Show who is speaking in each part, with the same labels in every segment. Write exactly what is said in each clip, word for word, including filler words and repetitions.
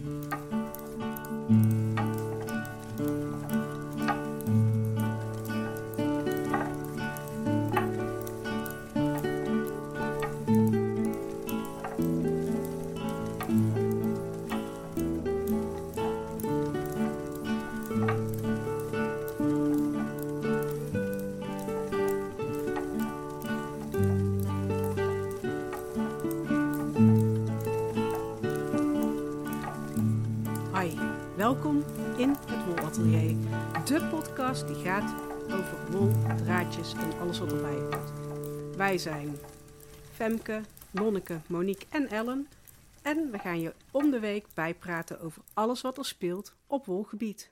Speaker 1: Welkom in het Wolatelier, de podcast die gaat over wol, draadjes en alles wat erbij hoort. Wij zijn Femke, Nonneke, Monique en Ellen en we gaan je om de week bijpraten over alles wat er speelt op wolgebied.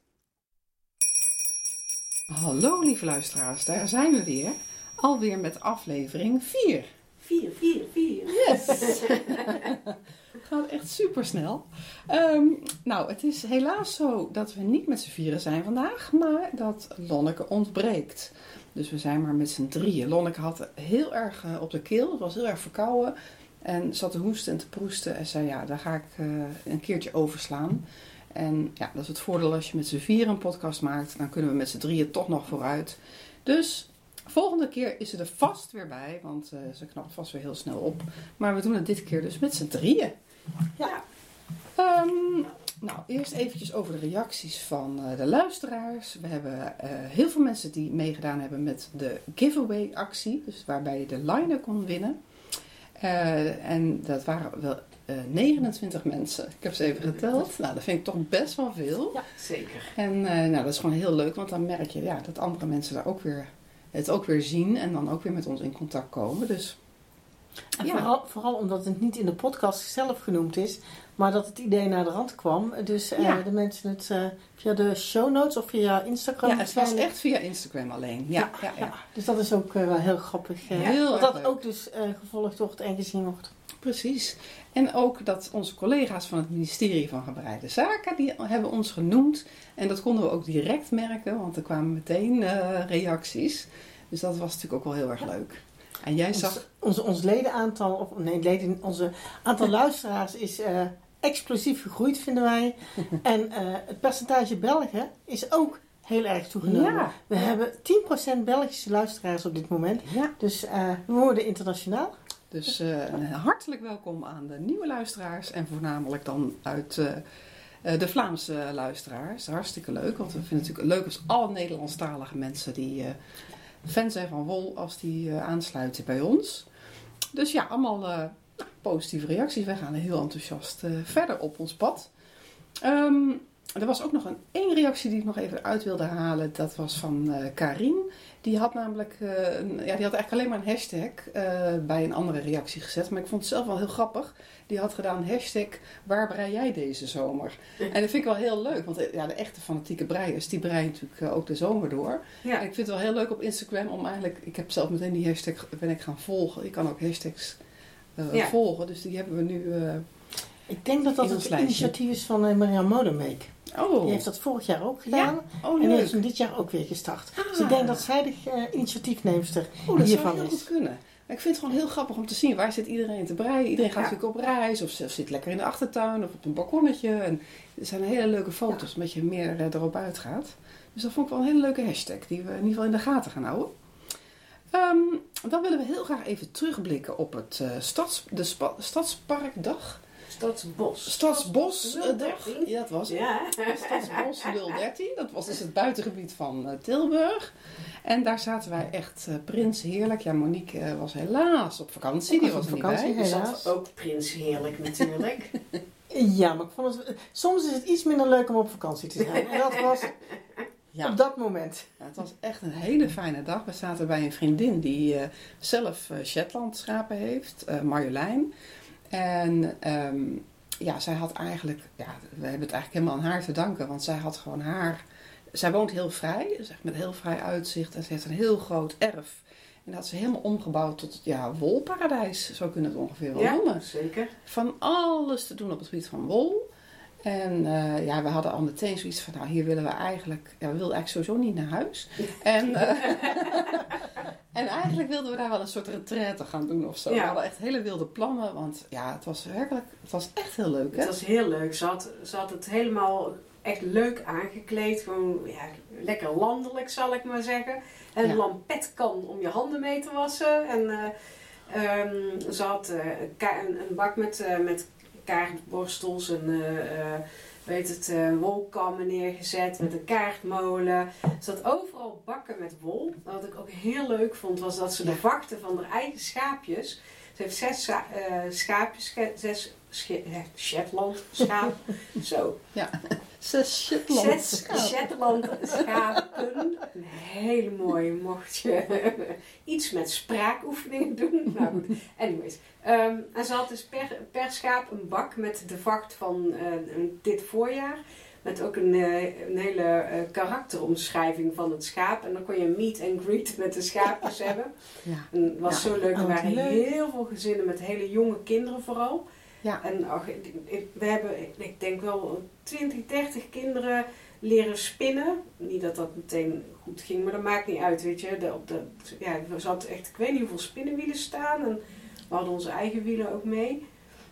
Speaker 2: Hallo lieve luisteraars, daar zijn we weer. Alweer met aflevering vier.
Speaker 1: vier, vier, vier.
Speaker 2: Yes! Het gaat echt super snel. Um, nou, het is helaas zo dat we niet met z'n vieren zijn vandaag, maar dat Lonneke ontbreekt. Dus we zijn maar met z'n drieën. Lonneke had heel erg uh, op de keel, was heel erg verkouden en zat te hoesten en te proesten en zei ja, daar ga ik uh, een keertje overslaan. En ja, dat is het voordeel als je met z'n vieren een podcast maakt, dan kunnen we met z'n drieën toch nog vooruit. Dus volgende keer is ze er vast weer bij, want uh, ze knapt vast weer heel snel op. Maar we doen het dit keer dus met z'n drieën. Ja. Um, nou, eerst eventjes over de reacties van uh, de luisteraars. We hebben uh, heel veel mensen die meegedaan hebben met de giveaway actie. Dus waarbij je de liner kon winnen. Uh, en dat waren wel uh, negenentwintig mensen. Ik heb ze even geteld. Nou, dat vind ik toch best wel veel.
Speaker 1: Ja, zeker.
Speaker 2: En uh, nou, dat is gewoon heel leuk, want dan merk je ja, dat andere mensen daar ook weer, het ook weer zien. En dan ook weer met ons in contact komen. Dus
Speaker 3: En
Speaker 2: ja.
Speaker 3: vooral, vooral omdat het niet in de podcast zelf genoemd is, maar dat het idee naar de rand kwam. Dus uh, ja. de mensen het uh, via de show notes of via Instagram.
Speaker 2: Ja, het was echt via Instagram alleen. Ja, ja, ja, ja.
Speaker 3: ja. Dus dat is ook uh, wel heel grappig. Uh,
Speaker 2: heel
Speaker 3: dat dat
Speaker 2: leuk.
Speaker 3: ook dus uh, gevolgd wordt en gezien wordt.
Speaker 2: Precies. En ook dat onze collega's van het ministerie van Gebreide Zaken, die hebben ons genoemd. En dat konden we ook direct merken, want er kwamen meteen uh, reacties. Dus dat was natuurlijk ook wel heel erg leuk. En jij zag...
Speaker 3: Ons, onze, ons ledenaantal, of nee, leden, onze aantal luisteraars is uh, explosief gegroeid, vinden wij. En uh, het percentage Belgen is ook heel erg toegenomen.
Speaker 2: Ja.
Speaker 3: We hebben tien procent Belgische luisteraars op dit moment.
Speaker 2: Ja.
Speaker 3: Dus uh, we worden internationaal.
Speaker 2: Dus uh, hartelijk welkom aan de nieuwe luisteraars. En voornamelijk dan uit uh, uh, de Vlaamse luisteraars. Hartstikke leuk, want we vinden het natuurlijk leuk als alle Nederlandstalige mensen die... Uh, fan zijn van wol als die uh, aansluiten bij ons. Dus ja, allemaal uh, positieve reacties. Wij gaan heel enthousiast uh, verder op ons pad. Um, er was ook nog een één reactie die ik nog even uit wilde halen. Dat was van uh, Karin. Die had namelijk, uh, een, ja, die had eigenlijk alleen maar een hashtag uh, bij een andere reactie gezet. Maar ik vond het zelf wel heel grappig. Die had gedaan hashtag waar brei jij deze zomer? En dat vind ik wel heel leuk. Want ja, de echte fanatieke breiers, die breien natuurlijk uh, ook de zomer door. Ja. En ik vind het wel heel leuk op Instagram om eigenlijk... Ik heb zelf meteen die hashtag ben ik gaan volgen. Je kan ook hashtags uh, ja. volgen. Dus die hebben we nu uh,
Speaker 3: Ik denk dat dat het lijstje. initiatief is van uh, Marianne Modemeek.
Speaker 2: Oh.
Speaker 3: Die heeft dat vorig jaar ook gedaan.
Speaker 2: Ja? Oh,
Speaker 3: en die heeft hem dit jaar ook weer gestart. Ah. Dus ik denk dat zij de uh, initiatiefneemster
Speaker 2: oh, dat
Speaker 3: hiervan
Speaker 2: zou heel
Speaker 3: is.
Speaker 2: Goed kunnen. Ik vind het gewoon heel grappig om te zien. Waar zit iedereen te breien? Iedereen gaat ja. natuurlijk op reis. Of zit lekker in de achtertuin. Of op een balkonnetje. En er zijn hele leuke foto's. Ja. Met je meer uh, erop uitgaat. Dus dat vond ik wel een hele leuke hashtag. Die we in ieder geval in de gaten gaan houden. Um, dan willen we heel graag even terugblikken op het uh, stads, de spa, Stadsparkdag.
Speaker 1: Stadsbos.
Speaker 2: Stadsbosdag. Ja, dat was het. Ja. Stadsbos nul dertien. Dat was dus het buitengebied van uh, Tilburg. En daar zaten wij echt uh, prins heerlijk. Ja, Monique uh, was helaas op vakantie. Die was er niet bij.
Speaker 1: Helaas. Ook prins heerlijk natuurlijk.
Speaker 3: Ja, maar ik vond het, soms is het iets minder leuk om op vakantie te zijn. En dat was ja. op dat moment.
Speaker 2: Ja, het was echt een hele fijne dag. We zaten bij een vriendin die uh, zelf uh, Shetland schapen heeft. Uh, Marjolein. En um, ja, zij had eigenlijk, ja, we hebben het eigenlijk helemaal aan haar te danken, want zij had gewoon haar, zij woont heel vrij, dus echt met heel vrij uitzicht en ze heeft een heel groot erf. En dat had ze helemaal omgebouwd tot, ja, wolparadijs, zo kunnen we het ongeveer wel
Speaker 1: ja,
Speaker 2: noemen.
Speaker 1: Zeker.
Speaker 2: Van alles te doen op het gebied van wol. En uh, ja, we hadden al meteen zoiets van, nou, hier willen we eigenlijk, ja, we wilden eigenlijk sowieso niet naar huis. En, uh, En eigenlijk wilden we daar wel een soort retraite gaan doen of zo.
Speaker 1: Ja.
Speaker 2: We hadden echt hele wilde plannen, want ja, het was werkelijk, het was echt heel leuk, hè?
Speaker 1: Het was heel leuk. Ze had, ze had het helemaal echt leuk aangekleed. Gewoon ja, lekker landelijk, zal ik maar zeggen. En een
Speaker 2: Ja.
Speaker 1: lampetkan om je handen mee te wassen. En uh, um, ze had uh, ka- een, een bak met, uh, met kaartborstels en uh, uh, weet het, uh, wolkammen neergezet met een kaartmolen. Ze had overal bakken met wol. Wat ik ook heel leuk vond, was dat ze de vachten van haar eigen schaapjes. Ze heeft zes uh, schaapjes, ge- zes Sch- Shetland schapen. Zo.
Speaker 2: Ja, zes Shetland
Speaker 1: Zes Shetland schapen. Hele mooi. Mocht je iets met spraakoefeningen doen. Nou goed, anyways. Um, en ze had dus per, per schaap een bak met de vacht van uh, dit voorjaar. Met ook een, uh, een hele uh, karakteromschrijving van het schaap. En dan kon je een meet and greet met de schaapjes hebben.
Speaker 2: Ja.
Speaker 1: En het was
Speaker 2: Ja.
Speaker 1: zo leuk. Er
Speaker 3: Oh,
Speaker 1: waren
Speaker 3: leuk.
Speaker 1: heel veel gezinnen met hele jonge kinderen vooral.
Speaker 2: Ja.
Speaker 1: En ach, we hebben, ik denk wel twintig, dertig kinderen leren spinnen. Niet dat dat meteen goed ging, maar dat maakt niet uit, weet je. De, op de, ja, er zat echt, ik weet niet hoeveel spinnenwielen staan. En we hadden onze eigen wielen ook mee.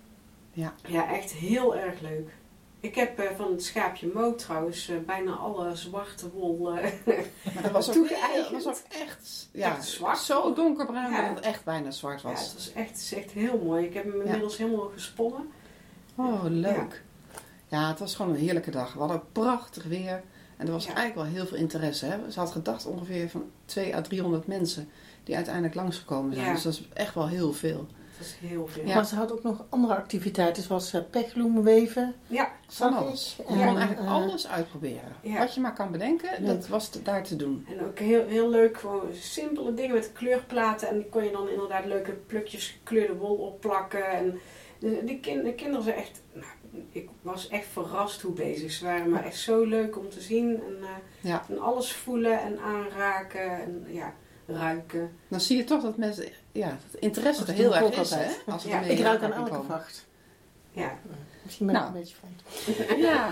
Speaker 2: Ja.
Speaker 1: Ja, echt heel erg leuk. Ik heb uh, van het schaapje Mo trouwens uh, bijna alle zwarte wol uh,
Speaker 2: Maar dat was ook,
Speaker 1: toegeëigend.
Speaker 2: dat was ook echt, ja,
Speaker 1: Echt zwart.
Speaker 2: zo donkerbruin
Speaker 1: Ja.
Speaker 2: dat het echt bijna zwart
Speaker 1: Ja,
Speaker 2: was.
Speaker 1: het was echt, het is echt heel mooi. Ik heb hem inmiddels helemaal gesponnen.
Speaker 2: Oh, leuk. Ja, het was gewoon een heerlijke dag. We hadden prachtig weer. En er was
Speaker 1: Ja.
Speaker 2: eigenlijk wel heel veel interesse. Hè? Ze had gedacht ongeveer van tweehonderd à driehonderd mensen die uiteindelijk langsgekomen zijn.
Speaker 1: Ja.
Speaker 2: Dus dat is echt wel heel veel.
Speaker 1: Het was heel veel.
Speaker 2: Ja.
Speaker 3: Maar ze had ook nog andere activiteiten, zoals uh, pechbloemen weven.
Speaker 1: Ja,
Speaker 2: Van
Speaker 3: zag
Speaker 2: alles.
Speaker 3: ik.
Speaker 2: Je
Speaker 3: En,
Speaker 2: kon eigenlijk
Speaker 3: eh,
Speaker 2: alles uitproberen.
Speaker 1: Ja.
Speaker 2: Wat je maar kan bedenken,
Speaker 3: Leuk.
Speaker 2: dat was te- daar te doen.
Speaker 1: en ook heel, heel leuk, gewoon simpele dingen met kleurplaten. En die kon je dan inderdaad leuke plukjes gekleurde wol opplakken. En de, die kind, de kinderen zijn echt, nou, ik was echt verrast hoe bezig ze waren. Maar echt zo leuk om te zien. En, uh,
Speaker 2: Ja.
Speaker 1: en alles voelen en aanraken en ja, ruiken.
Speaker 2: Dan zie je toch dat mensen, ja, dat interesse
Speaker 3: Dat
Speaker 2: er heel
Speaker 3: doe ik
Speaker 2: erg
Speaker 3: ook
Speaker 2: is. Hè?
Speaker 3: altijd.
Speaker 2: Als ze
Speaker 1: Ja,
Speaker 2: ermee
Speaker 3: Ik
Speaker 2: in
Speaker 3: ruik aan
Speaker 2: aanraking
Speaker 3: elke
Speaker 2: komen.
Speaker 3: vacht.
Speaker 1: Ja.
Speaker 3: Misschien ben ik
Speaker 2: Nou.
Speaker 3: een beetje vreemd.
Speaker 2: Ja,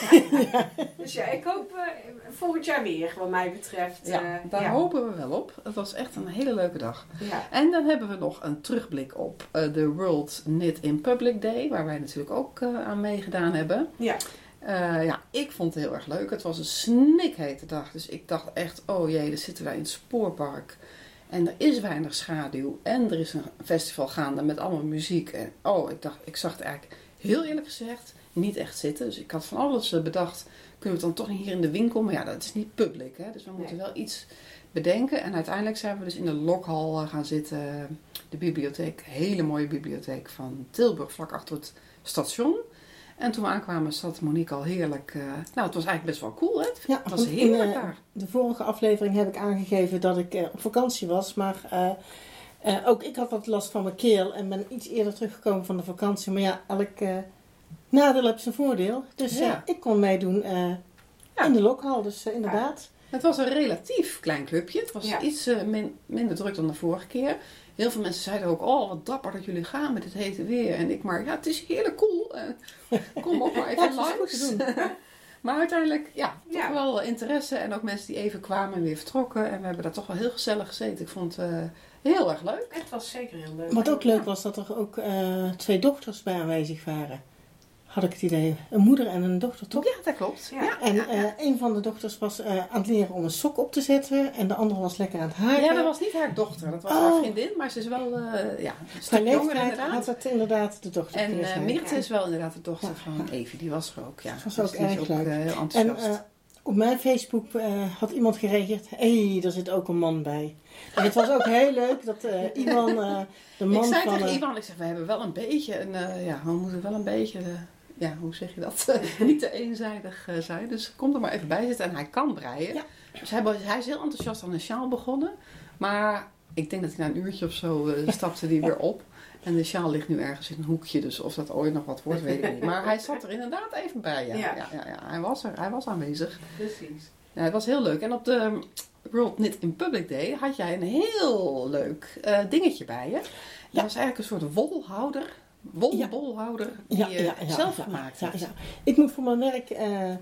Speaker 1: Dus ja, ik hoop uh, volgend jaar weer, wat mij betreft.
Speaker 2: ja,
Speaker 1: uh,
Speaker 2: daar
Speaker 1: ja.
Speaker 2: hopen we wel op. Het was echt een hele leuke dag.
Speaker 1: Ja.
Speaker 2: En dan hebben we nog een terugblik op uh, de World Knit in Public Day, waar wij natuurlijk ook uh, aan meegedaan hebben.
Speaker 1: Ja.
Speaker 2: Uh, ja, ik vond het heel erg leuk. Het was een snikhete dag, dus ik dacht echt, oh jee, dan zitten wij in het spoorpark. En er is weinig schaduw. En er is een festival gaande met allemaal muziek. En oh, ik dacht, ik zag het eigenlijk heel eerlijk gezegd niet echt zitten. Dus ik had van alles uh, bedacht, kunnen we het dan toch niet hier in de winkel? Maar ja, dat is niet public, hè. Dus we moeten
Speaker 1: Nee.
Speaker 2: wel iets bedenken. En uiteindelijk zijn we dus in de lokhal uh, gaan zitten. De bibliotheek, hele mooie bibliotheek van Tilburg, vlak achter het station. En toen we aankwamen zat Monique al heerlijk. Uh, nou, het was eigenlijk best wel cool, hè?
Speaker 3: Ja,
Speaker 2: Het was
Speaker 3: want in,
Speaker 2: heerlijk
Speaker 3: uh,
Speaker 2: daar.
Speaker 3: De vorige aflevering heb ik aangegeven dat ik uh, op vakantie was. Maar uh, uh, ook ik had wat last van mijn keel. En ben iets eerder teruggekomen van de vakantie. Maar ja, elk uh, nadeel heeft zijn voordeel. Dus
Speaker 2: Ja.
Speaker 3: uh, ik kon meedoen uh,
Speaker 2: Ja.
Speaker 3: in de lokhal. Dus uh, inderdaad.
Speaker 2: Het was een relatief klein clubje. Het was
Speaker 1: Ja.
Speaker 2: iets uh, min, minder druk dan de vorige keer. Heel veel mensen zeiden ook, oh wat dapper dat jullie gaan met het hete weer. En ik maar, ja het is heerlijk cool. Uh, kom ook maar even
Speaker 3: Ja, het was goed
Speaker 2: langs.
Speaker 3: te doen.
Speaker 2: Maar uiteindelijk, ja, toch
Speaker 1: Ja.
Speaker 2: wel interesse. En ook mensen die even kwamen en weer vertrokken. En we hebben daar toch wel heel gezellig gezeten. Ik vond het uh, heel erg leuk.
Speaker 1: Het was zeker heel leuk.
Speaker 3: Wat ook leuk was, dat er ook uh, twee dochters bij aanwezig waren. Had ik het idee. Een moeder en een dochter, toch?
Speaker 2: Ja, dat klopt.
Speaker 1: Ja.
Speaker 2: Ja,
Speaker 3: En
Speaker 2: ja, ja.
Speaker 3: uh, een van de dochters was uh, aan het leren om een sok op te zetten. En de andere was lekker aan het haken.
Speaker 2: Ja, dat was niet haar dochter. Dat was
Speaker 3: Oh.
Speaker 2: haar vriendin. Maar ze is wel uh, ja, een
Speaker 3: Qua
Speaker 2: stuk jonger
Speaker 3: leeftijd
Speaker 2: inderdaad.
Speaker 3: had het inderdaad de dochter
Speaker 2: En
Speaker 3: kunnen
Speaker 2: uh,
Speaker 3: zijn.
Speaker 2: Mirte is wel inderdaad de dochter
Speaker 3: Ja.
Speaker 2: van Evie. Die was er ook. Ja.
Speaker 3: was
Speaker 2: Dus
Speaker 3: ook
Speaker 2: die is
Speaker 3: erg leuk.
Speaker 2: uh, heel
Speaker 3: En
Speaker 2: enthousiast.
Speaker 3: uh, op mijn Facebook uh, had iemand gereageerd. Hé, hey, er zit ook een man bij. En het was ook heel leuk dat uh, Ivan, uh, de man
Speaker 2: ik zei
Speaker 3: van...
Speaker 2: tegen
Speaker 3: uh,
Speaker 2: Ivan, ik zeg, we hebben wel een beetje, een, uh, ja, we moeten wel een beetje, uh, ja, hoe zeg je dat, niet te eenzijdig uh, zijn. Dus kom er maar even bij zitten en hij kan breien.
Speaker 3: Ja.
Speaker 2: Dus hij, hij is heel enthousiast aan een sjaal begonnen. Maar ik denk dat hij na een uurtje of zo uh, stapte die weer op. En de sjaal ligt nu ergens in een hoekje, dus of dat ooit nog wat wordt, weet ik niet. Maar hij zat er inderdaad even bij, ja.
Speaker 1: Ja.
Speaker 2: Ja, ja, ja. Hij was er, hij was aanwezig.
Speaker 1: Precies.
Speaker 2: Ja, het was heel leuk. En op de World Knit in Public Day had jij een heel leuk uh, dingetje bij je. Dat
Speaker 3: Ja.
Speaker 2: was eigenlijk een soort wolhouder. Wolbolhouder die
Speaker 3: ja,
Speaker 2: je
Speaker 3: ja, ja,
Speaker 2: zelf
Speaker 3: ja,
Speaker 2: gemaakt
Speaker 3: ja,
Speaker 2: hebt.
Speaker 3: ja. Ik moet voor mijn werk uh,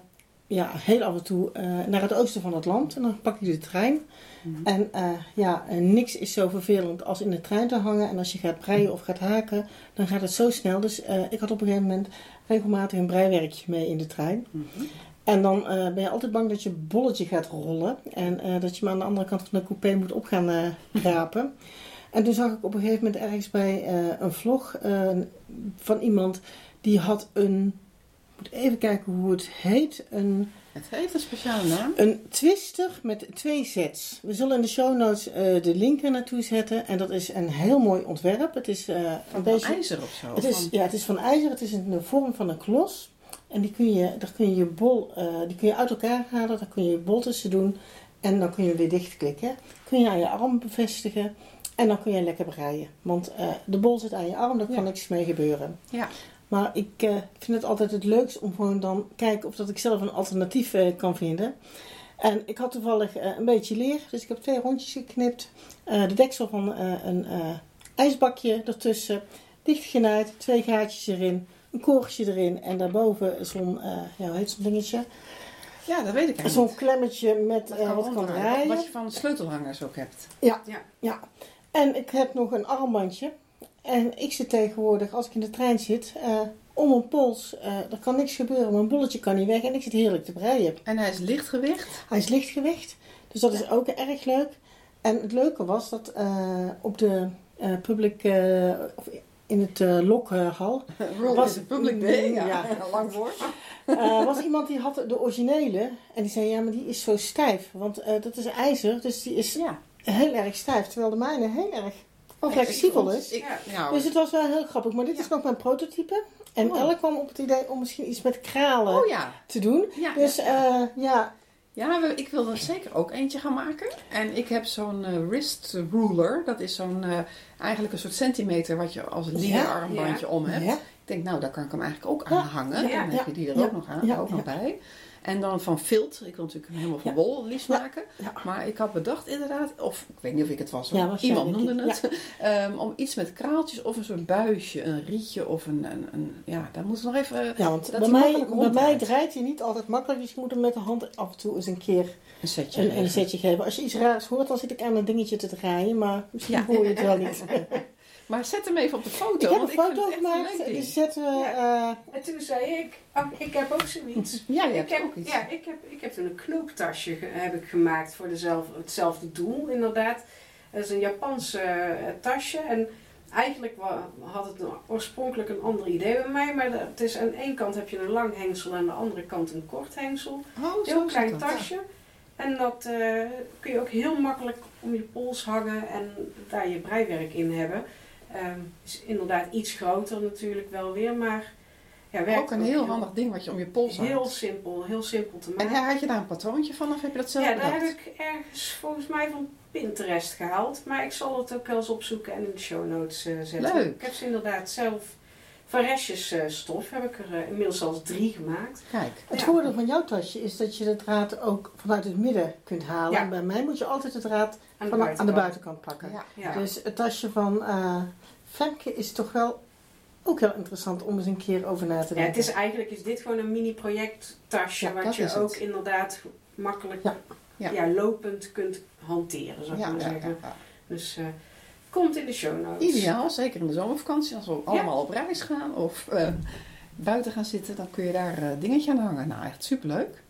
Speaker 3: ja, heel af en toe uh, naar het oosten van het land. En dan pak je de trein. Mm-hmm. En uh, ja, en niks is zo vervelend als in de trein te hangen. En als je gaat breien of gaat haken, dan gaat het zo snel. Dus uh, ik had op een gegeven moment regelmatig een breiwerkje mee in de trein. Mm-hmm. En dan uh, ben je altijd bang dat je bolletje gaat rollen. En uh, dat je hem aan de andere kant van de coupé moet op gaan uh, rapen. En toen zag ik op een gegeven moment ergens bij uh, een vlog uh, van iemand die had een... Ik moet even kijken hoe het heet. Een,
Speaker 2: het heeft een speciale naam.
Speaker 3: Een twister met twee sets. We zullen in de show notes uh, de link er naartoe zetten. En dat is een heel mooi ontwerp. Het is uh,
Speaker 2: van
Speaker 3: een beetje,
Speaker 2: ijzer of zo?
Speaker 3: Het is, ja, het is van ijzer. Het is in de vorm van een klos. En die kun je, daar kun je je bol uh, die kun je uit elkaar halen. Daar kun je je bol tussen doen. En dan kun je hem weer dichtklikken. Kun je aan je arm bevestigen. En dan kun je lekker breien. Want uh, de bol zit aan je arm. Daar kan ja. niks mee gebeuren.
Speaker 2: Ja.
Speaker 3: Maar ik uh, vind het altijd het leukst om gewoon dan kijken of dat ik zelf een alternatief uh, kan vinden. En ik had toevallig uh, een beetje leer. Dus ik heb twee rondjes geknipt. Uh, de deksel van uh, een uh, ijsbakje ertussen. Dichtgenaaid. Twee gaatjes erin. Een koordje erin. En daarboven zo'n, uh, ja, hoe heet zo'n dingetje?
Speaker 2: Ja, dat weet ik eigenlijk.
Speaker 3: Zo'n klemmetje met
Speaker 2: dat
Speaker 3: uh,
Speaker 2: kan
Speaker 3: wat kan draaien.
Speaker 2: Wat je van sleutelhangers ook hebt.
Speaker 3: Ja, ja, ja. En ik heb nog een armbandje. En ik zit tegenwoordig, als ik in de trein zit, uh, om mijn pols. Uh, er kan niks gebeuren. Mijn bolletje kan niet weg en ik zit heerlijk te breien.
Speaker 2: En hij is lichtgewicht?
Speaker 3: Hij is lichtgewicht. Dus dat is ook erg leuk. En het leuke was dat uh, op de uh, public... Uh, of in het uh, lokhal...
Speaker 2: was het public day, ja. ja. Lang woord.
Speaker 3: Uh, was iemand die had de originele. En die zei, ja, maar die is zo stijf. Want uh, dat is ijzer, dus die is ja. heel erg stijf. Terwijl de mijne heel erg... Wel flexibel is.
Speaker 2: Ik, ja,
Speaker 3: dus het was wel heel grappig. Maar dit ja. is nog mijn prototype. En oh. Elle kwam op het idee om misschien iets met kralen
Speaker 2: oh, ja.
Speaker 3: te doen.
Speaker 2: Ja,
Speaker 3: dus ja. Uh, ja.
Speaker 2: Ja, ik wil er zeker ook eentje gaan maken. En ik heb zo'n uh, wrist ruler. Dat is zo'n uh, eigenlijk een soort centimeter wat je als leerarmbandje ja. om hebt. Ja. Ik denk, nou, daar kan ik hem eigenlijk ook aan ja. hangen. Ja. Dan heb je die er ja. ook nog aan, ja. ook nog ja. bij. En dan van vilt. Ik wil natuurlijk helemaal van ja. wol liefst maken. Ja. Maar ik had bedacht inderdaad, of ik weet niet of ik het was, ja, was iemand noemde het. Ja. Um, om iets met kraaltjes of een soort buisje, een rietje of een, een, een ja, daar moeten we nog even...
Speaker 3: Ja, want bij mij, bij mij draait hij niet altijd makkelijk. Dus je moet hem met de hand af en toe eens een keer
Speaker 2: een setje,
Speaker 3: een, een setje geven. Als je iets raars hoort, dan zit ik aan een dingetje te draaien. Maar misschien ja. hoor je het wel niet.
Speaker 2: Maar zet hem even op de foto.
Speaker 3: Ik heb
Speaker 2: want
Speaker 3: een foto gemaakt. Die zetten we...
Speaker 1: Ja. Uh, en toen zei ik, oh, ik heb ook zoiets.
Speaker 2: Ja, je
Speaker 1: ik
Speaker 2: hebt
Speaker 1: heb,
Speaker 2: ook iets.
Speaker 1: Ja, ik heb, ik heb toen een knooptasje ge, heb ik gemaakt voor dezelfde, hetzelfde doel, inderdaad. Dat is een Japanse uh, tasje. En eigenlijk wa, had het een, oorspronkelijk een ander idee bij mij. Maar de, het is aan één kant heb je een lang hengsel en aan de andere kant een kort hengsel.
Speaker 2: Oh,
Speaker 1: heel klein tasje. Ja. En dat uh, kun je ook heel makkelijk om je pols hangen en daar je breiwerk in hebben. Um, is inderdaad iets groter natuurlijk wel weer, maar ja, werkt
Speaker 2: ook een ook heel, heel handig ding wat je om je pols hangt.
Speaker 1: Heel simpel, heel simpel te maken.
Speaker 2: En had je daar een patroontje van of heb je dat zelf
Speaker 1: Ja,
Speaker 2: bedacht?
Speaker 1: daar heb ik ergens volgens mij van Pinterest gehaald, maar ik zal het ook wel eens opzoeken en in de show notes uh, zetten.
Speaker 2: Leuk.
Speaker 1: Ik heb ze inderdaad zelf van restjes uh, stof, heb ik er uh, inmiddels al drie gemaakt.
Speaker 3: Kijk. Het ja. voordeel van jouw tasje is dat je de draad ook vanuit het midden kunt halen. Ja. En bij mij moet je altijd de draad aan de, van, aan de buitenkant pakken. Ja. Ja. Dus het tasje van uh, Femke is toch wel ook heel interessant om eens een keer over na te denken.
Speaker 1: Ja, het is eigenlijk is dit gewoon een mini project tasje ja, wat je ook het. inderdaad makkelijk ja. Ja. Ja, lopend kunt hanteren, zou ik ja, maar zeggen. Ja, ja. Dus uh, komt in de show notes.
Speaker 2: Ideaal, zeker in de zomervakantie als we allemaal ja. op reis gaan of uh, buiten gaan zitten, dan kun je daar uh, dingetje aan hangen. Nou, echt superleuk.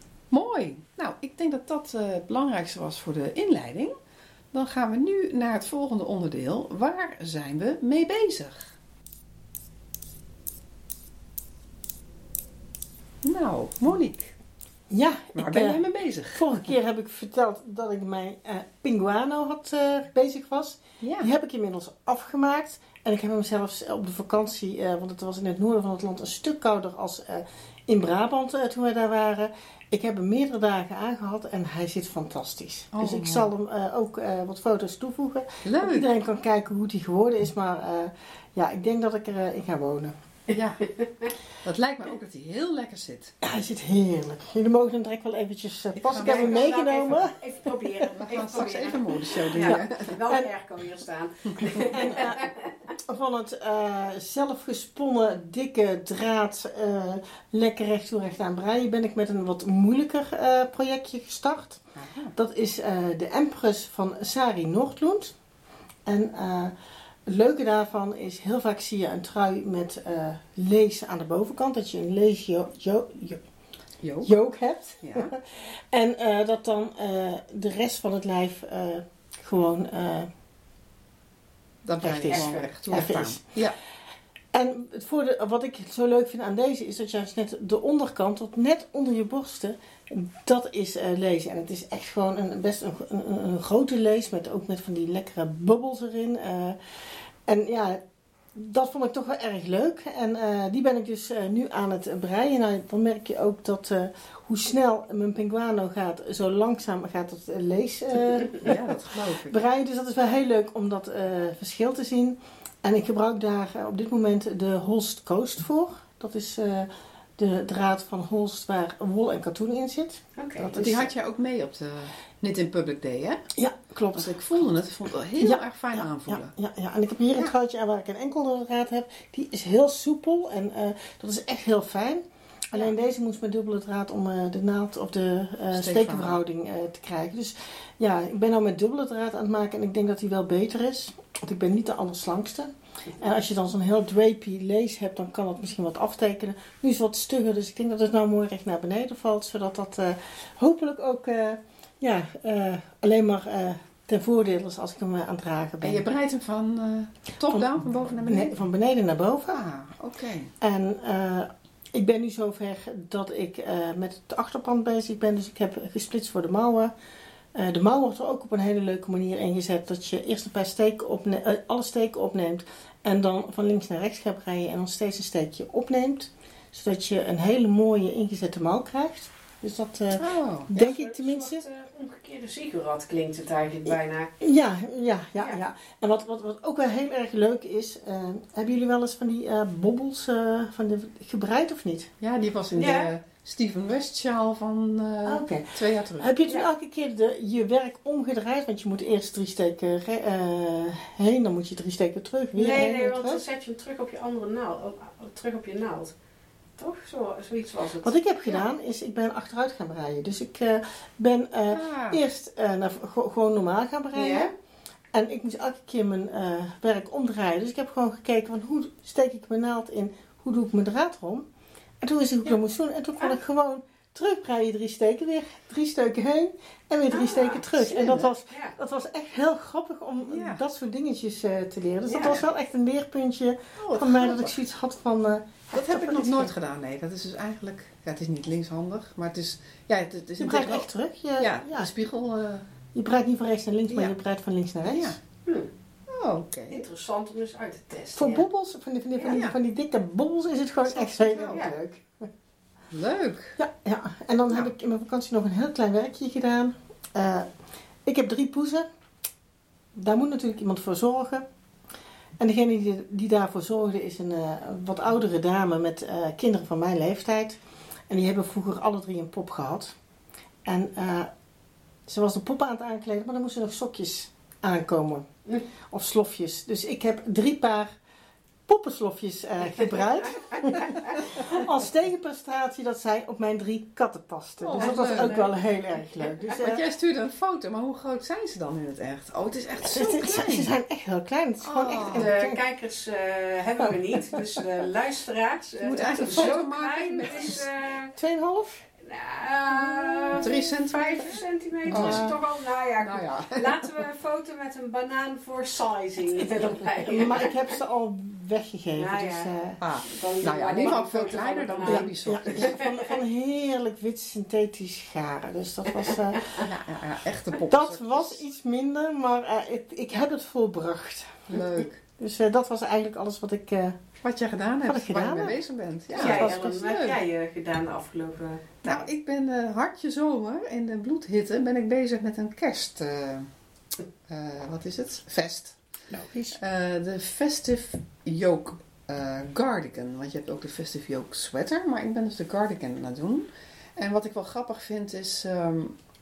Speaker 2: Mooi. Nou, ik denk dat dat uh, het belangrijkste was voor de inleiding. Dan gaan we nu naar het volgende onderdeel. Waar zijn we mee bezig? Nou, Monique.
Speaker 3: Ja,
Speaker 2: waar
Speaker 3: ik,
Speaker 2: ben jij
Speaker 3: uh,
Speaker 2: mee bezig?
Speaker 3: Vorige keer heb ik verteld dat ik mijn uh, Pinguano had uh, bezig was. Ja. Die heb ik inmiddels afgemaakt. En ik heb hem zelfs op de vakantie, uh, want het was in het noorden van het land een stuk kouder als uh, in Brabant uh, toen wij daar waren. Ik heb hem meerdere dagen aangehad en hij zit fantastisch. Oh, dus ik zal hem uh, ook uh, wat foto's toevoegen.
Speaker 2: Leuk.
Speaker 3: Dat iedereen kan kijken hoe die geworden is. Maar uh, ja, ik denk dat ik erin uh, ga wonen.
Speaker 2: Ja, dat lijkt me ook dat hij heel lekker zit.
Speaker 3: Ja, hij zit heerlijk. Jullie mogen hem direct wel eventjes uh, pas. Ik heb hem meegenomen.
Speaker 1: Even, even proberen.
Speaker 2: We gaan straks even een modeshow doen.
Speaker 1: Ja, wel een airco hier staan.
Speaker 3: En, uh, van het uh, zelfgesponnen, dikke draad, uh, lekker recht toe recht aan breien, ben ik met een wat moeilijker uh, projectje gestart. Aha. Dat is uh, de Empress van Sari Nordlund. En uh, het leuke daarvan is, heel vaak zie je een trui met uh, lees aan de bovenkant. Dat je een leesjook jo- jo- jo- jook hebt. Ja. En uh, dat dan uh, de rest van het lijf uh, gewoon uh,
Speaker 2: dat
Speaker 3: recht is.
Speaker 2: Recht,
Speaker 3: recht is. Ja. En het voordeel, wat ik zo leuk vind aan deze is dat juist net de onderkant, tot net onder je borsten, dat is uh, lees. En het is echt gewoon een, best een, een, een grote lees, met, ook met van die lekkere bubbels erin. Uh, en ja, dat vond ik toch wel erg leuk. En uh, die ben ik dus uh, nu aan het breien. Nou, dan merk je ook dat uh, hoe snel mijn Pinguano gaat, zo langzaam gaat het uh, lees uh,
Speaker 2: ja, dat geloof ik.
Speaker 3: breien. Dus dat is wel heel leuk om dat uh, verschil te zien. En ik gebruik daar uh, op dit moment de Holst Coast voor. Dat is uh, de draad van Holst waar wol en katoen in zit.
Speaker 2: Okay. Dat die had jij ook mee op de Knit in Public Day, hè?
Speaker 3: Ja, klopt.
Speaker 2: Want ik voelde het, ik vond het wel heel ja, erg fijn
Speaker 3: ja,
Speaker 2: aanvoelen.
Speaker 3: Ja, ja, ja, en ik heb hier een ja. truitje aan waar ik een enkele draad heb. Die is heel soepel en uh, dat is echt heel fijn. Alleen deze moest met dubbele draad om uh, de naald of de uh, stekenverhouding uh, te krijgen. Dus ja, ik ben nou met dubbele draad aan het maken en ik denk dat die wel beter is. Want ik ben niet de allerslankste. En als je dan zo'n heel drapey lees hebt, dan kan dat misschien wat aftekenen. Nu is het wat stugger, dus ik denk dat het nou mooi recht naar beneden valt. Zodat dat uh, hopelijk ook uh, ja, uh, alleen maar uh, ten voordeel is als ik hem uh, aan het dragen ben.
Speaker 2: En je breidt hem van uh, top-down, van boven naar beneden?
Speaker 3: Nee, van beneden naar boven.
Speaker 2: Ah, oké. Okay.
Speaker 3: En uh, ik ben nu zover dat ik uh, met het achterpand bezig ben. Dus ik heb gesplitst voor de mouwen. Uh, de mouw wordt er ook op een hele leuke manier ingezet. Dat je eerst een paar steken opne- uh, alle steken opneemt. En dan van links naar rechts gaat breien. En dan steeds een steekje opneemt. Zodat je een hele mooie ingezette mouw krijgt. Dus dat uh, oh, denk ja, ik tenminste. Een
Speaker 1: soort, uh, omgekeerde ziggurat klinkt het eigenlijk bijna.
Speaker 3: Ja, ja, ja. ja. ja. En wat, wat, wat ook wel heel erg leuk is. Uh, hebben jullie wel eens van die uh, bobbels uh, van de, gebreid of niet?
Speaker 2: Ja, die was in ja. de Steven West sjaal van uh, ah, okay. twee jaar terug.
Speaker 3: Heb je toen ja. elke keer de, je werk omgedraaid? Want je moet eerst drie steken re- uh, heen, dan moet je drie steken terug. Weer
Speaker 1: nee,
Speaker 3: heen
Speaker 1: nee, want
Speaker 3: terug.
Speaker 1: dan zet je hem terug op je andere naald. Op, terug op je naald. Toch? Zo, zoiets was het.
Speaker 3: Wat ik heb gedaan is, ik ben achteruit gaan breien. Dus ik uh, ben uh, ah. eerst uh, naar, go- gewoon normaal gaan breien. Ja. En ik moest elke keer mijn uh, werk omdraaien. Dus ik heb gewoon gekeken van hoe steek ik mijn naald in, hoe doe ik mijn draad erom. En toen wist ik hoe ik ja. dat moest doen. En toen kon ah. ik gewoon terugbreien, drie steken weer, drie steken heen en weer drie ah, steken terug. Slim, en dat was, ja. dat was echt heel grappig om ja. dat soort dingetjes uh, te leren. Dus ja. dat was wel echt een leerpuntje oh, van mij dat ik zoiets had van... Uh,
Speaker 2: dat heb ik nog nooit gedaan, nee. Dat is dus eigenlijk... Ja, het is niet linkshandig, maar het is... Ja, het, het is
Speaker 3: je breidt echt terug. Je,
Speaker 2: ja, ja, de spiegel... Uh,
Speaker 3: je breidt niet van rechts naar links, maar ja. je breidt van links naar rechts. Ja.
Speaker 1: Hm. Oh, okay. Interessant om dus uit te testen.
Speaker 3: Voor
Speaker 1: ja.
Speaker 3: bobbels, van die, van, die, van, die, ja. van die dikke bobbels is het gewoon is echt heel ja. leuk.
Speaker 2: Leuk.
Speaker 3: Ja, ja. En dan ja. heb ik in mijn vakantie nog een heel klein werkje gedaan. Uh, ik heb drie poezen. Daar moet natuurlijk iemand voor zorgen. En degene die, die daarvoor zorgde is een uh, wat oudere dame met uh, kinderen van mijn leeftijd. En die hebben vroeger alle drie een pop gehad. En uh, ze was de poppen aan het aankleden, maar dan moesten nog sokjes aankomen. Mm. Of slofjes. Dus ik heb drie paar poppenslofjes uh, gebruikt. Als tegenprestatie dat zij op mijn drie katten pasten. Oh, dus dat was leuk, ook leuk. Wel heel erg leuk. Dus, uh,
Speaker 2: Want jij stuurde een foto, maar hoe groot zijn ze dan in het echt? Oh, het is echt zo klein.
Speaker 3: Ze zijn echt heel klein. Het is oh. gewoon echt
Speaker 1: de klein. Kijkers uh, hebben we niet, dus de luisteraars. Uh,
Speaker 2: je moet eigenlijk een foto maken.
Speaker 1: Het is... Uh,
Speaker 3: twee komma vijf?
Speaker 1: Uh,
Speaker 2: Drie centimeter?
Speaker 1: Vijf centimeter oh. is het toch al. Nou ja, nou ja. Laten we een foto met een banaan voor sizing erbij.
Speaker 3: Maar ik heb ze al weggegeven. Nou ja. Dus, uh,
Speaker 2: ah. Nou ja, in ieder geval veel kleiner dan babysokjes.
Speaker 3: Ja, van, van heerlijk wit synthetisch garen. Dus dat was... Uh,
Speaker 2: ja, ja, ja, echte poppensokjes.
Speaker 3: Dat was iets minder, maar uh, ik, ik heb het volbracht.
Speaker 2: Leuk.
Speaker 3: Dus uh, dat was eigenlijk alles wat ik... Uh,
Speaker 2: Wat je gedaan hebt,
Speaker 3: wat gedaan
Speaker 2: waar je mee bezig bent.
Speaker 1: Ja, ja, Ellen, wat heb jij uh, gedaan de afgelopen
Speaker 2: tijd? Nou, ik ben uh, hartje zomer in de bloedhitte ben ik bezig met een kerst... Uh, uh, wat is het? Vest.
Speaker 3: Logisch.
Speaker 2: Uh, de Festive Yoke uh, Cardigan. Want je hebt ook de Festive Yoke Sweater. Maar ik ben dus de cardigan aan het doen. En wat ik wel grappig vind is... Um,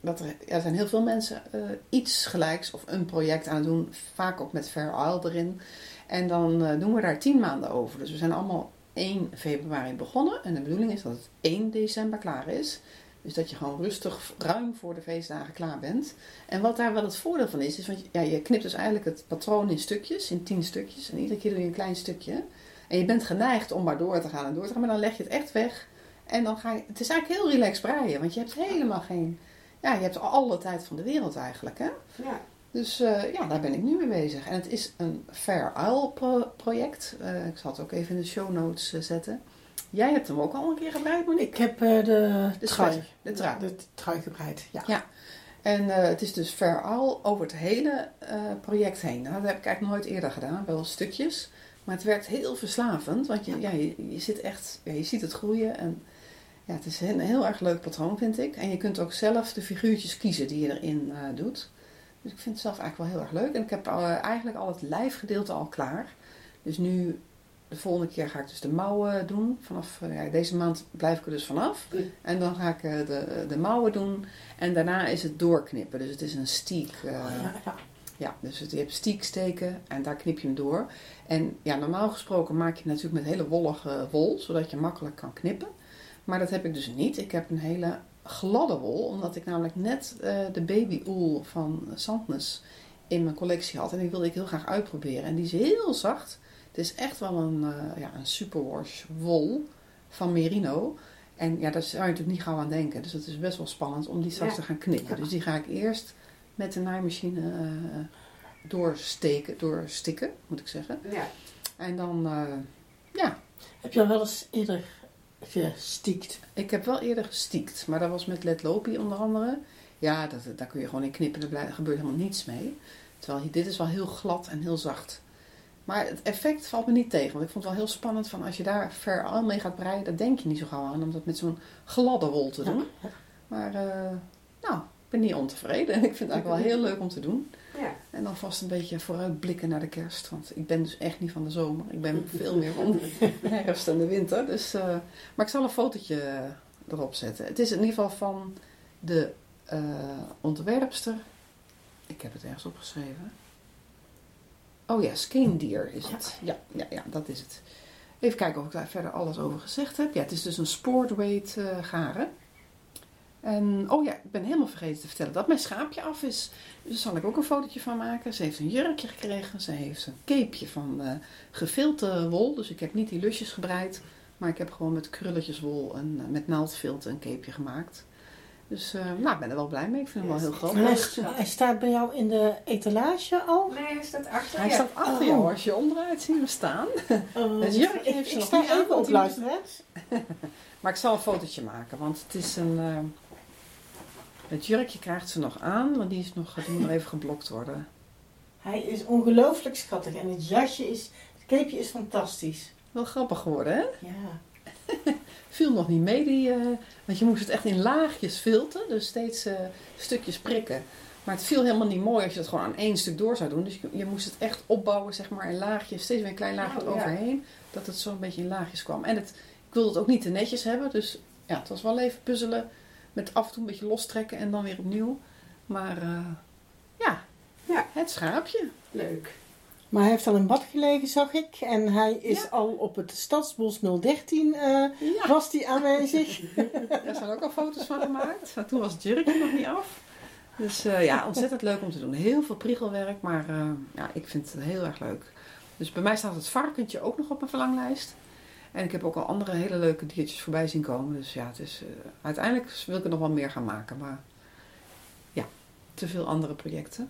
Speaker 2: dat er, ja, er zijn heel veel mensen uh, iets gelijks of een project aan het doen. Vaak ook met Fair Isle erin. En dan uh, doen we daar tien maanden over. Dus we zijn allemaal één februari begonnen. En de bedoeling is dat het één december klaar is. Dus dat je gewoon rustig, ruim voor de feestdagen klaar bent. En wat daar wel het voordeel van is, is want ja, je knipt dus eigenlijk het patroon in stukjes, in tien stukjes. En iedere keer doe je een klein stukje. En je bent geneigd om maar door te gaan en door te gaan. Maar dan leg je het echt weg. En dan ga je, het is eigenlijk heel relaxed breien. Want je hebt helemaal geen, ja, je hebt alle tijd van de wereld eigenlijk. Hè?
Speaker 1: Ja.
Speaker 2: Dus uh, ja, daar ben ik nu mee bezig. En het is een Fair Isle pro- project. Uh, ik zal het ook even in de show notes uh, zetten. Jij hebt hem ook al een keer gebreid, Monique?
Speaker 3: Ik heb uh, de,
Speaker 2: de
Speaker 3: trui.
Speaker 2: De trui.
Speaker 3: De, de trui gebreid, ja.
Speaker 2: Ja. En uh, het is dus Fair Isle over het hele uh, project heen. Nou, dat heb ik eigenlijk nooit eerder gedaan, wel stukjes. Maar het werkt heel verslavend, want je, ja, je, je zit echt, ja, je ziet het groeien. En ja, het is een heel erg leuk patroon, vind ik. En je kunt ook zelf de figuurtjes kiezen die je erin uh, doet. Dus ik vind het zelf eigenlijk wel heel erg leuk. En ik heb uh, eigenlijk al het lijfgedeelte al klaar. Dus nu, de volgende keer ga ik dus de mouwen doen. Vanaf uh, ja, deze maand blijf ik er dus vanaf. En dan ga ik uh, de, de mouwen doen. En daarna is het doorknippen. Dus het is een stiek. Uh,
Speaker 3: Oh, ja, ja.
Speaker 2: Ja, dus het, je hebt stieksteken en daar knip je hem door. En ja, normaal gesproken maak je natuurlijk met hele wollige wol, zodat je makkelijk kan knippen. Maar dat heb ik dus niet. Ik heb een hele gladde wol, omdat ik namelijk net uh, de babywool van Sandnes in mijn collectie had. En die wilde ik heel graag uitproberen. En die is heel zacht. Het is echt wel een, uh, ja, een superwash wol van Merino. En ja, daar zou je natuurlijk niet gauw aan denken. Dus het is best wel spannend om die straks
Speaker 1: Ja.
Speaker 2: te gaan knippen.
Speaker 3: Ja.
Speaker 2: Dus die ga ik eerst met de naaimachine uh, doorsteken, doorstikken, moet ik zeggen.
Speaker 1: Ja.
Speaker 2: En dan, uh, ja,
Speaker 3: Heb je al wel eens eerder gestiekt?
Speaker 2: ik heb wel eerder gestiekt, maar dat was met Let Lopi onder andere. Ja, dat, daar kun je gewoon in knippen, daar gebeurt helemaal niets mee. Terwijl dit is wel heel glad en heel zacht. Maar het effect valt me niet tegen, want ik vond het wel heel spannend van als je daar Fair Isle mee gaat breien, daar denk je niet zo gauw aan om dat met zo'n gladde wol te doen.
Speaker 3: Ja.
Speaker 2: Maar, uh, nou, ik ben niet ontevreden. Ik vind het eigenlijk wel heel leuk om te doen.
Speaker 1: Ja.
Speaker 2: En dan vast een beetje vooruitblikken naar de kerst. Want ik ben dus echt niet van de zomer. Ik ben veel meer van de herfst en de winter. Dus, uh, maar ik zal een fotootje erop zetten. Het is in ieder geval van de uh, ontwerpster. Ik heb het ergens opgeschreven. Oh ja, Skeendier is het. Ja, ja, ja, dat is het. Even kijken of ik daar verder alles over gezegd heb. Ja, het is dus een sportweight uh, garen. En, oh ja, ik ben helemaal vergeten te vertellen dat mijn schaapje af is. Dus daar zal ik ook een fotootje van maken. Ze heeft een jurkje gekregen. Ze heeft een capeje van uh, gevilte wol. Dus ik heb niet die lusjes gebreid. Maar ik heb gewoon met krulletjes wol en uh, met naaldvilt een capeje gemaakt. Dus uh, nou, ik ben er wel blij mee. Ik vind hem wel heel groot.
Speaker 3: Hij, sta- hij staat bij jou in de etalage al?
Speaker 1: Nee, hij staat achter.
Speaker 2: Hij
Speaker 1: ja.
Speaker 2: staat achter
Speaker 3: Oh.
Speaker 2: jou als je onderuit ziet hem staan.
Speaker 3: Uh,
Speaker 2: Het jurkje
Speaker 3: ik
Speaker 2: heeft ze
Speaker 3: ik
Speaker 2: nog
Speaker 3: sta
Speaker 2: niet aan,
Speaker 3: even
Speaker 2: want
Speaker 3: op
Speaker 2: die
Speaker 3: luisteraars.
Speaker 2: Maar ik zal een fotootje maken, want het is een... Uh, het jurkje krijgt ze nog aan, want die is nog, die moet nog even geblokt worden.
Speaker 3: Hij is ongelooflijk schattig en het jasje is, het capeje is fantastisch.
Speaker 2: Wel grappig geworden, hè?
Speaker 3: Ja.
Speaker 2: Viel nog niet mee, die, uh, want je moest het echt in laagjes filten, dus steeds uh, stukjes prikken. Maar het viel helemaal niet mooi als je het gewoon aan één stuk door zou doen. Dus je, je moest het echt opbouwen, zeg maar, in laagjes, steeds weer een klein laagje
Speaker 1: Oh, ja.
Speaker 2: eroverheen, dat het zo een beetje in laagjes kwam. En het, ik wilde het ook niet te netjes hebben, dus ja, het was wel even puzzelen met af en toe een beetje lostrekken en dan weer opnieuw. Maar uh, ja,
Speaker 1: Ja.
Speaker 2: het schaapje.
Speaker 1: Leuk.
Speaker 3: Maar hij heeft al in bad gelegen, zag ik. En hij is
Speaker 2: Ja.
Speaker 3: al op het Stadsbos nul dertien uh,
Speaker 2: Ja.
Speaker 3: was die aanwezig.
Speaker 2: Daar zijn ook al foto's van gemaakt. Maar toen was het jurkje nog niet af. Dus uh, ja, ontzettend leuk om te doen. Heel veel priegelwerk, maar uh, ja, ik vind het heel erg leuk. Dus bij mij staat het varkentje ook nog op mijn verlanglijst. En ik heb ook al andere hele leuke diertjes voorbij zien komen. Dus ja, het is, uh, uiteindelijk wil ik er nog wel meer gaan maken. Maar ja, te veel andere projecten.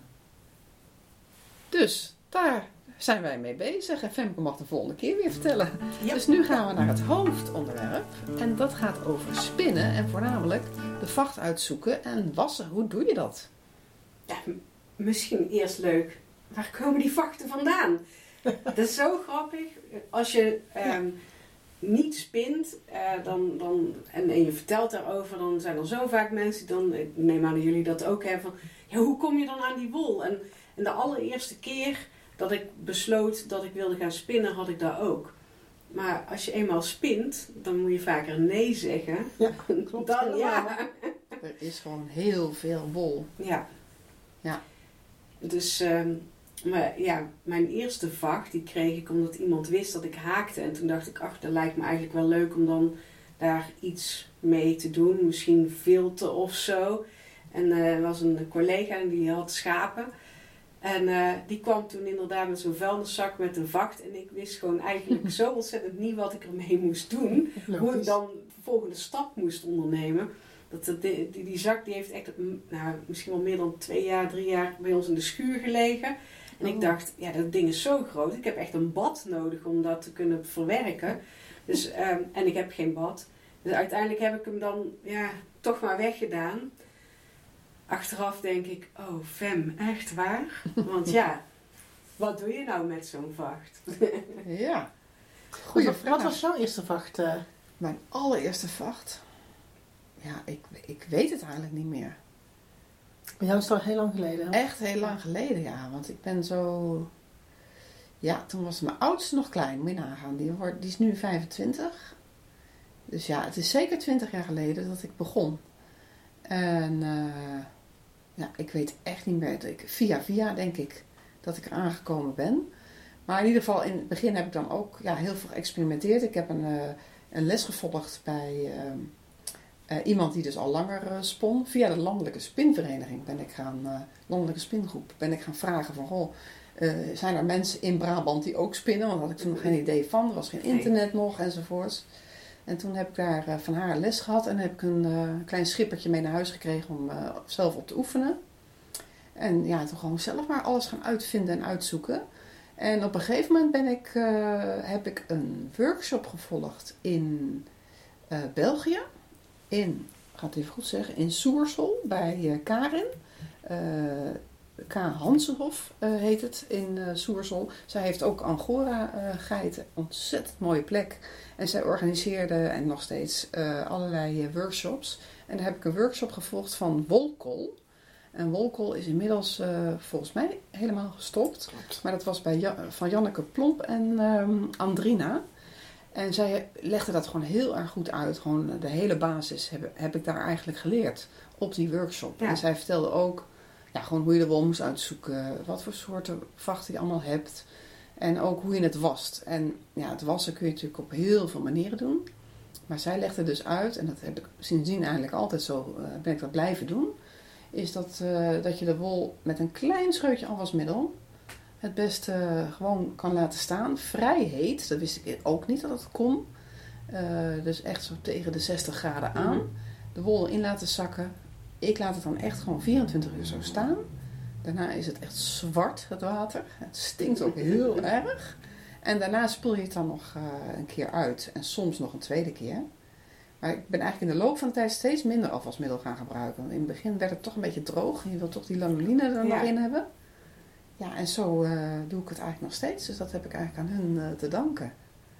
Speaker 2: Dus daar zijn wij mee bezig. En Femke mag de volgende keer weer vertellen.
Speaker 1: Ja.
Speaker 2: Dus nu gaan we naar het hoofdonderwerp. En dat gaat over spinnen. En voornamelijk de vacht uitzoeken en wassen. Hoe doe je dat?
Speaker 1: Ja, m- misschien eerst leuk. Waar komen die vachten vandaan? Dat is zo grappig. Als je ehm, niet spint uh, dan, dan, en, en je vertelt daarover, dan zijn er zo vaak mensen, dan, ik neem aan dat jullie dat ook hebben, van, ja, hoe kom je dan aan die wol? En, en de allereerste keer dat ik besloot dat ik wilde gaan spinnen, had ik dat ook. Maar als je eenmaal spint, dan moet je vaker nee zeggen.
Speaker 3: Ja, klopt.
Speaker 1: Dan, ja.
Speaker 3: Ja.
Speaker 2: Er is gewoon heel veel wol.
Speaker 1: Ja.
Speaker 2: Ja.
Speaker 1: Dus, um, maar ja, mijn eerste vacht, die kreeg ik omdat iemand wist dat ik haakte. En toen dacht ik, ach, dat lijkt me eigenlijk wel leuk om dan daar iets mee te doen. Misschien filten of zo. En uh, er was een collega en die had schapen. En uh, die kwam toen inderdaad met zo'n vuilniszak met een vacht. En ik wist gewoon eigenlijk zo ontzettend niet wat ik ermee moest doen. Logisch. Hoe ik dan de volgende stap moest ondernemen. Dat, dat, die, die, die zak die heeft echt nou, misschien wel meer dan twee jaar, drie jaar bij ons in de schuur gelegen. En oh. ik dacht, ja, dat ding is zo groot. Ik heb echt een bad nodig om dat te kunnen verwerken. Dus, um, en ik heb geen bad. Dus uiteindelijk heb ik hem dan ja, toch maar weggedaan. Achteraf denk ik, oh Fem, echt waar? Want ja, wat doe je nou met zo'n vacht?
Speaker 2: Ja, goeie
Speaker 3: wat,
Speaker 2: vraag.
Speaker 3: Wat was jouw eerste vacht? Uh?
Speaker 2: Mijn allereerste vacht? Ja, ik, ik weet het eigenlijk niet meer.
Speaker 3: Bij jou is het al heel lang geleden? Hè?
Speaker 2: Echt heel lang geleden, ja. Want ik ben zo... Ja, toen was mijn oudste nog klein, moet je nagaan. Die, wordt, die is nu vijfentwintig. Dus ja, het is zeker twintig jaar geleden dat ik begon. En uh, ja, ik weet echt niet meer. Ik, via via denk ik dat ik er aangekomen ben. Maar in ieder geval in het begin heb ik dan ook ja, heel veel geëxperimenteerd. Ik heb een, uh, een les gevolgd bij uh, uh, iemand die dus al langer uh, spon. Via de landelijke spinvereniging ben ik gaan, uh, landelijke spingroep, ben ik gaan vragen van goh, uh, zijn er mensen in Brabant die ook spinnen? Want daar had ik toen nog geen idee van. Er was geen internet nog enzovoorts. En toen heb ik daar uh, van haar les gehad en heb ik een uh, klein schippertje mee naar huis gekregen om uh, zelf op te oefenen. En ja, toen gewoon zelf maar alles gaan uitvinden en uitzoeken. En op een gegeven moment ben ik, uh, heb ik een workshop gevolgd in uh, België. In, ik ga het even goed zeggen, in Soersel bij uh, Karin. Uh, K. Hansenhof uh, heet het in uh, Soersel. Zij heeft ook Angora uh, geiten. Ontzettend mooie plek. En zij organiseerde en nog steeds uh, allerlei uh, workshops. En daar heb ik een workshop gevolgd van wolkool. En wolkool is inmiddels uh, volgens mij helemaal gestopt. Klopt. Maar dat was bij ja- van Janneke Plomp en um, Andrina. En zij legde dat gewoon heel erg goed uit. Gewoon de hele basis heb, heb ik daar eigenlijk geleerd op die workshop. Ja. En zij vertelde ook ja, gewoon hoe je de wol moest uitzoeken. Wat voor soorten vachten je allemaal hebt. En ook hoe je het wast. En ja, het wassen kun je natuurlijk op heel veel manieren doen. Maar zij legde dus uit, en dat heb ik sindsdien eigenlijk altijd zo, uh, ben ik dat blijven doen. Is dat, uh, dat je de wol met een klein scheutje afwasmiddel het beste uh, gewoon kan laten staan. Vrij heet, dat wist ik ook niet dat het kon. Uh, dus echt zo tegen de zestig graden aan. Mm-hmm. De wol erin laten zakken. Ik laat het dan echt gewoon vierentwintig uur zo staan. Daarna is het echt zwart, het water. Het stinkt ook heel erg. En daarna spoel je het dan nog uh, een keer uit. En soms nog een tweede keer. Maar ik ben eigenlijk in de loop van de tijd steeds minder afwasmiddel gaan gebruiken. In het begin werd het toch een beetje droog. En je wilt toch die lanoline er ja. nog in hebben. Ja, en zo uh, doe ik het eigenlijk nog steeds. Dus dat heb ik eigenlijk aan hun uh, te danken.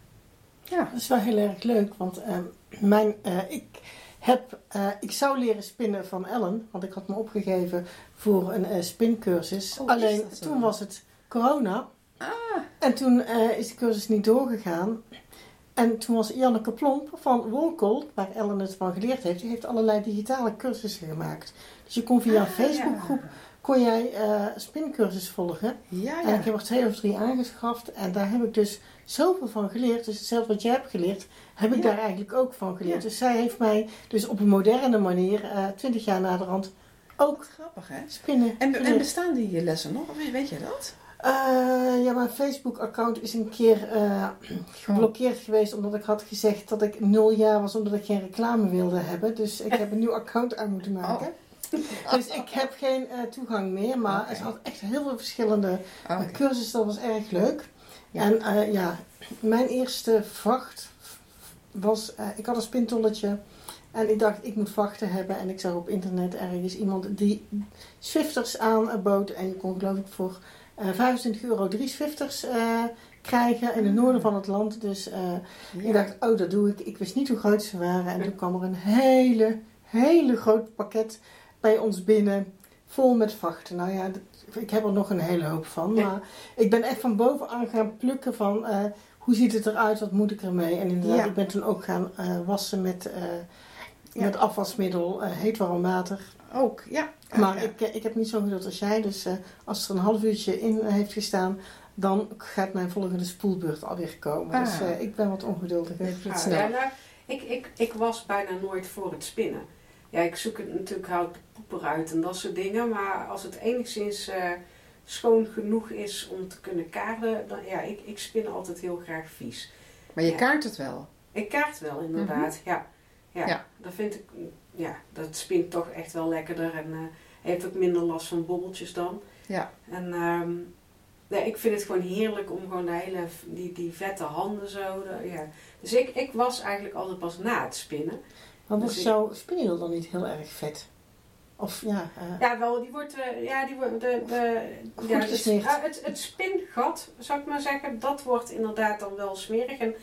Speaker 3: Ja, dat is wel heel erg leuk. Want uh, mijn, uh, ik, heb, uh, ik zou leren spinnen van Ellen. Want ik had me opgegeven voor een uh, spincursus. Oh, alleen toen was het corona. Ah. En toen uh, is de cursus niet doorgegaan. En toen was Janneke Plomp van Wolkool, waar Ellen het van geleerd heeft, die heeft allerlei digitale cursussen gemaakt. Dus je kon via een ah, Facebookgroep ja. kon jij uh, spincursus volgen. Ja, ja. En ik heb er twee of drie aangeschaft. En daar heb ik dus zoveel van geleerd. Dus hetzelfde wat jij hebt geleerd, heb ik ja. daar eigenlijk ook van geleerd. Ja. Dus zij heeft mij dus op een moderne manier, uh, twintig jaar naderhand, ook
Speaker 2: grappig, hè?
Speaker 3: Spinnen.
Speaker 2: En, en bestaan die lessen nog? Of weet jij dat?
Speaker 3: Uh, ja, mijn Facebook-account is een keer uh, geblokkeerd oh. geweest omdat ik had gezegd dat ik nul jaar was omdat ik geen reclame wilde hebben. Dus ik heb een nieuw account aan moeten maken. Oh. Dus ik heb geen uh, toegang meer, maar okay. het had echt heel veel verschillende okay. uh, cursussen. Dat was erg leuk. Ja. En uh, ja, mijn eerste vacht was, uh, ik had een spintolletje. En ik dacht, ik moet vachten hebben. En ik zag op internet ergens iemand die Swifters aanbood. En je kon geloof ik voor uh, vijfentwintig euro drie Swifters uh, krijgen in het noorden van het land. Dus uh, ja. ik dacht, oh dat doe ik. Ik wist niet hoe groot ze waren. En toen kwam er een hele, hele groot pakket bij ons binnen. Vol met vachten. Nou ja, ik heb er nog een hele hoop van. Maar ik ben echt van bovenaan gaan plukken van uh, hoe ziet het eruit? Wat moet ik ermee? En inderdaad, ja. ik ben toen ook gaan uh, wassen met... Uh,
Speaker 2: Ja.
Speaker 3: Met afwasmiddel, uh, heet warm water.
Speaker 2: Ook, ja.
Speaker 3: Maar
Speaker 2: ja.
Speaker 3: Ik, ik heb niet zo'n geduld als jij. Dus uh, als er een half uurtje in heeft gestaan, dan gaat mijn volgende spoelbeurt alweer komen.
Speaker 2: Ah.
Speaker 3: Dus uh, ik ben wat ongeduldiger.
Speaker 2: Het
Speaker 1: Ah,
Speaker 2: snel.
Speaker 1: ja, nou, ik, ik, ik was bijna nooit voor het spinnen. Ja, ik zoek het natuurlijk, hou ik de poep eruit en dat soort dingen. Maar als het enigszins uh, schoon genoeg is om te kunnen kaarden, dan ja, ik, ik spin altijd heel graag vies.
Speaker 2: Maar je
Speaker 1: Ja.
Speaker 2: kaart het wel.
Speaker 1: Ik kaart wel, inderdaad. Mm-hmm. ja. Ja,
Speaker 2: Ja.
Speaker 1: dat vind ik, ja, dat spint toch echt wel lekkerder en uh, heeft ook minder last van bobbeltjes dan.
Speaker 2: Ja.
Speaker 1: En um, ja, ik vind het gewoon heerlijk om gewoon de hele, die, die vette handen zo, de, ja. Dus ik, ik was eigenlijk altijd pas na het spinnen.
Speaker 3: Maar
Speaker 1: Dus
Speaker 3: was
Speaker 1: ik-
Speaker 3: jouw spinnewiel dan niet heel erg vet? Of ja, uh,
Speaker 1: Ja, wel, die wordt, uh, ja, die wordt, de, de,
Speaker 3: Goed
Speaker 1: ja,
Speaker 3: gesmeerd.
Speaker 1: het, uh, het, het spingat, zou ik maar zeggen, dat wordt inderdaad dan wel smerig. En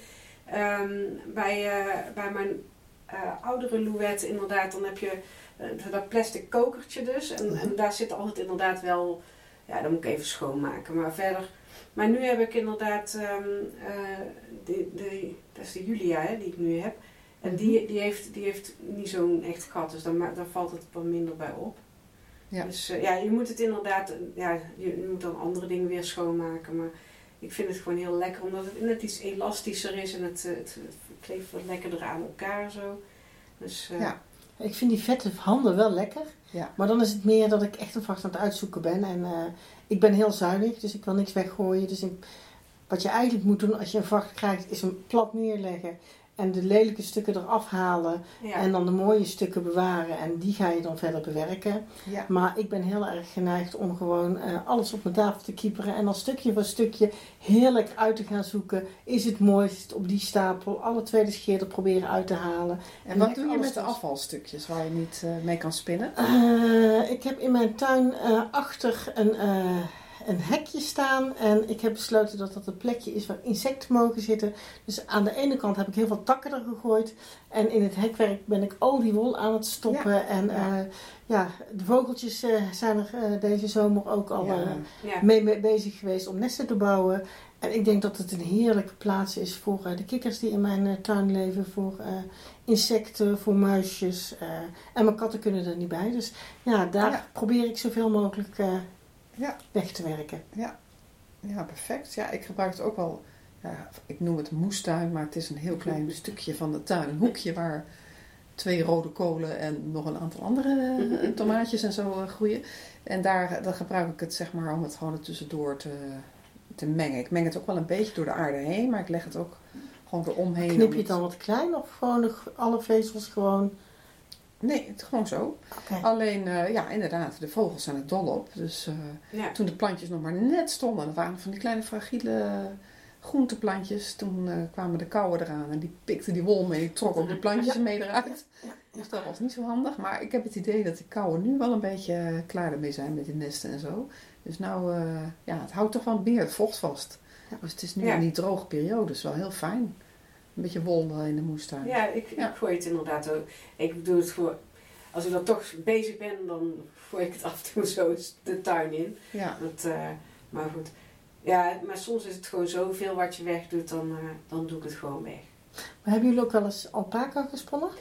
Speaker 1: um, bij, uh, bij mijn uh, oudere louet inderdaad, dan heb je uh, dat plastic kokertje dus. En, en daar zit altijd inderdaad wel, ja, dat moet ik even schoonmaken, maar verder. Maar nu heb ik inderdaad, um, uh, de, de, dat is de Julia hè, die ik nu heb. En die, die, heeft, die heeft niet zo'n echt gat, dus daar, ma- daar valt het wat minder bij op.
Speaker 2: Ja.
Speaker 1: Dus uh, ja, je moet het inderdaad, ja, je, je moet dan andere dingen weer schoonmaken. Maar ik vind het gewoon heel lekker, omdat het net iets elastischer is en het, het, het kleeft wat lekkerder aan elkaar zo. Dus, uh,
Speaker 2: Ja.
Speaker 3: ik vind die vette handen wel lekker.
Speaker 2: Ja.
Speaker 3: Maar dan is het meer dat ik echt een vacht aan het uitzoeken ben. En uh, ik ben heel zuinig, dus ik wil niks weggooien. Dus ik, wat je eigenlijk moet doen als je een vacht krijgt, is hem plat neerleggen. En de lelijke stukken eraf halen.
Speaker 1: ja.
Speaker 3: En dan de mooie stukken bewaren. En die ga je dan verder bewerken.
Speaker 2: Ja.
Speaker 3: Maar ik ben heel erg geneigd om gewoon uh, alles op mijn tafel te kieperen. En dan stukje voor stukje heerlijk uit te gaan zoeken. Is het mooist op die stapel. Alle tweede scheer er proberen uit te halen.
Speaker 2: En,
Speaker 3: En
Speaker 2: wat
Speaker 3: leg
Speaker 2: doe je
Speaker 3: alles
Speaker 2: met de
Speaker 3: los.
Speaker 2: afvalstukjes waar je niet uh, mee kan spinnen?
Speaker 3: Uh, ik heb in mijn tuin uh, achter een, uh, een hekje staan. En ik heb besloten dat dat een plekje is waar insecten mogen zitten. Dus aan de ene kant heb ik heel veel takken er gegooid. En in het hekwerk ben ik al die wol aan het stoppen.
Speaker 2: Ja.
Speaker 3: En uh, ja, de vogeltjes uh, zijn er uh, deze zomer ook al
Speaker 2: Ja.
Speaker 3: uh,
Speaker 1: ja.
Speaker 3: mee, mee bezig geweest om nesten te bouwen. En ik denk dat het een heerlijke plaats is voor uh, de kikkers die in mijn uh, tuin leven. Voor uh, insecten, voor muisjes. Uh, en mijn katten kunnen er niet bij. Dus ja, daar
Speaker 2: Ja.
Speaker 3: probeer ik zoveel mogelijk uh,
Speaker 2: Ja.
Speaker 3: weg te werken.
Speaker 2: Ja. Ja, perfect. Ja, ik gebruik het ook wel, ja, ik noem het moestuin, maar het is een heel klein stukje van de tuin. Een hoekje waar twee rode kolen en nog een aantal andere uh, tomaatjes en zo uh, groeien. En daar dan gebruik ik het zeg maar om het gewoon er tussendoor te, te mengen. Ik meng het ook wel een beetje door de aarde heen, maar ik leg het ook gewoon eromheen.
Speaker 3: Knip je het dan wat klein of gewoon de, alle vezels gewoon?
Speaker 2: Nee, het gewoon zo.
Speaker 3: Okay.
Speaker 2: Alleen, uh, ja, inderdaad, de vogels zijn er dol op. Dus uh,
Speaker 1: Ja.
Speaker 2: toen de plantjes nog maar net stonden, dat waren van die kleine fragiele groenteplantjes. Toen uh, kwamen de kauwen eraan en die pikten die wol mee, trokken ook de plantjes
Speaker 3: Ja.
Speaker 2: mee eruit. Dus dat was niet zo handig. Maar ik heb het idee dat de kauwen nu wel een beetje klaar ermee zijn met die nesten en zo. Dus nou, uh, ja, het houdt toch wel meer het vocht vast.
Speaker 3: Ja.
Speaker 2: Dus het is nu
Speaker 1: Ja.
Speaker 2: in die droge periode, dus wel heel fijn. Een beetje wol uh, in de moestuin.
Speaker 1: Ja, ik,
Speaker 2: Ja.
Speaker 1: ik gooi het inderdaad ook. Ik doe het voor, als ik dan toch bezig ben, dan gooi ik het af en toe zo eens de tuin in.
Speaker 2: Ja.
Speaker 1: Dat, uh, maar goed. Ja, maar soms is het gewoon zoveel wat je wegdoet, dan, uh, dan doe ik het gewoon weg.
Speaker 3: Maar hebben jullie ook wel eens alpaca gesponnen?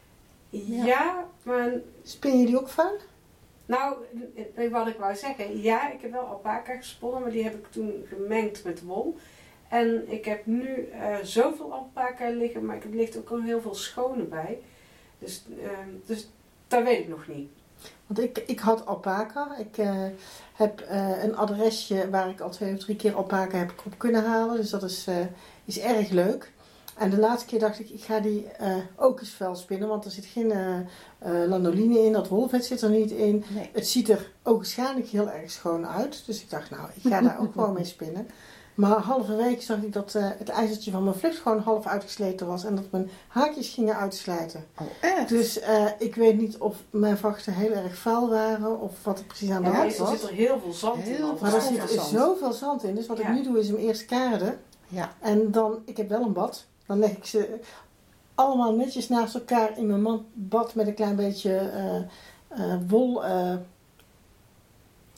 Speaker 1: Ja,
Speaker 2: Ja.
Speaker 1: maar
Speaker 3: Spin je die ook vuil?
Speaker 1: nou, eh, wat ik wou zeggen. Ja, ik heb wel alpaca gesponnen, maar die heb ik toen gemengd met wol. En ik heb nu uh, zoveel alpaca liggen, maar er ligt ook al heel veel schone bij. Dus, uh, dus dat weet ik nog niet.
Speaker 3: Want ik, ik had alpaca. Ik uh, heb uh, een adresje waar ik al twee of drie keer alpaca heb op kunnen halen. Dus dat is, uh, is erg leuk. En de laatste keer dacht ik, ik ga die uh, ook eens vuil spinnen. Want er zit geen uh, uh, lanoline in, dat wolvet zit er niet in.
Speaker 2: Nee.
Speaker 3: Het ziet er ook waarschijnlijk heel erg schoon uit. Dus ik dacht, nou, ik ga daar ook gewoon mee spinnen. Maar halverwege zag ik dat uh, het ijzertje van mijn vlucht gewoon half uitgesleten was. En dat mijn haakjes gingen uitslijten.
Speaker 2: Oh, echt?
Speaker 3: Dus uh, ik weet niet of mijn vachten heel erg vuil waren. Of wat er precies aan de
Speaker 1: Ja,
Speaker 3: hand
Speaker 1: meestal
Speaker 3: was.
Speaker 1: zit er heel veel zand
Speaker 2: Heel
Speaker 1: in.
Speaker 2: veel
Speaker 1: altijd.
Speaker 3: Maar er
Speaker 2: zand.
Speaker 3: zit
Speaker 2: Zand.
Speaker 3: zoveel zand in. Dus wat
Speaker 1: Ja.
Speaker 3: ik nu doe is hem eerst kaarden.
Speaker 2: Ja.
Speaker 3: En dan, ik heb wel een bad. Dan leg ik ze allemaal netjes naast elkaar in mijn man- bad met een klein beetje uh, uh, wol. Uh,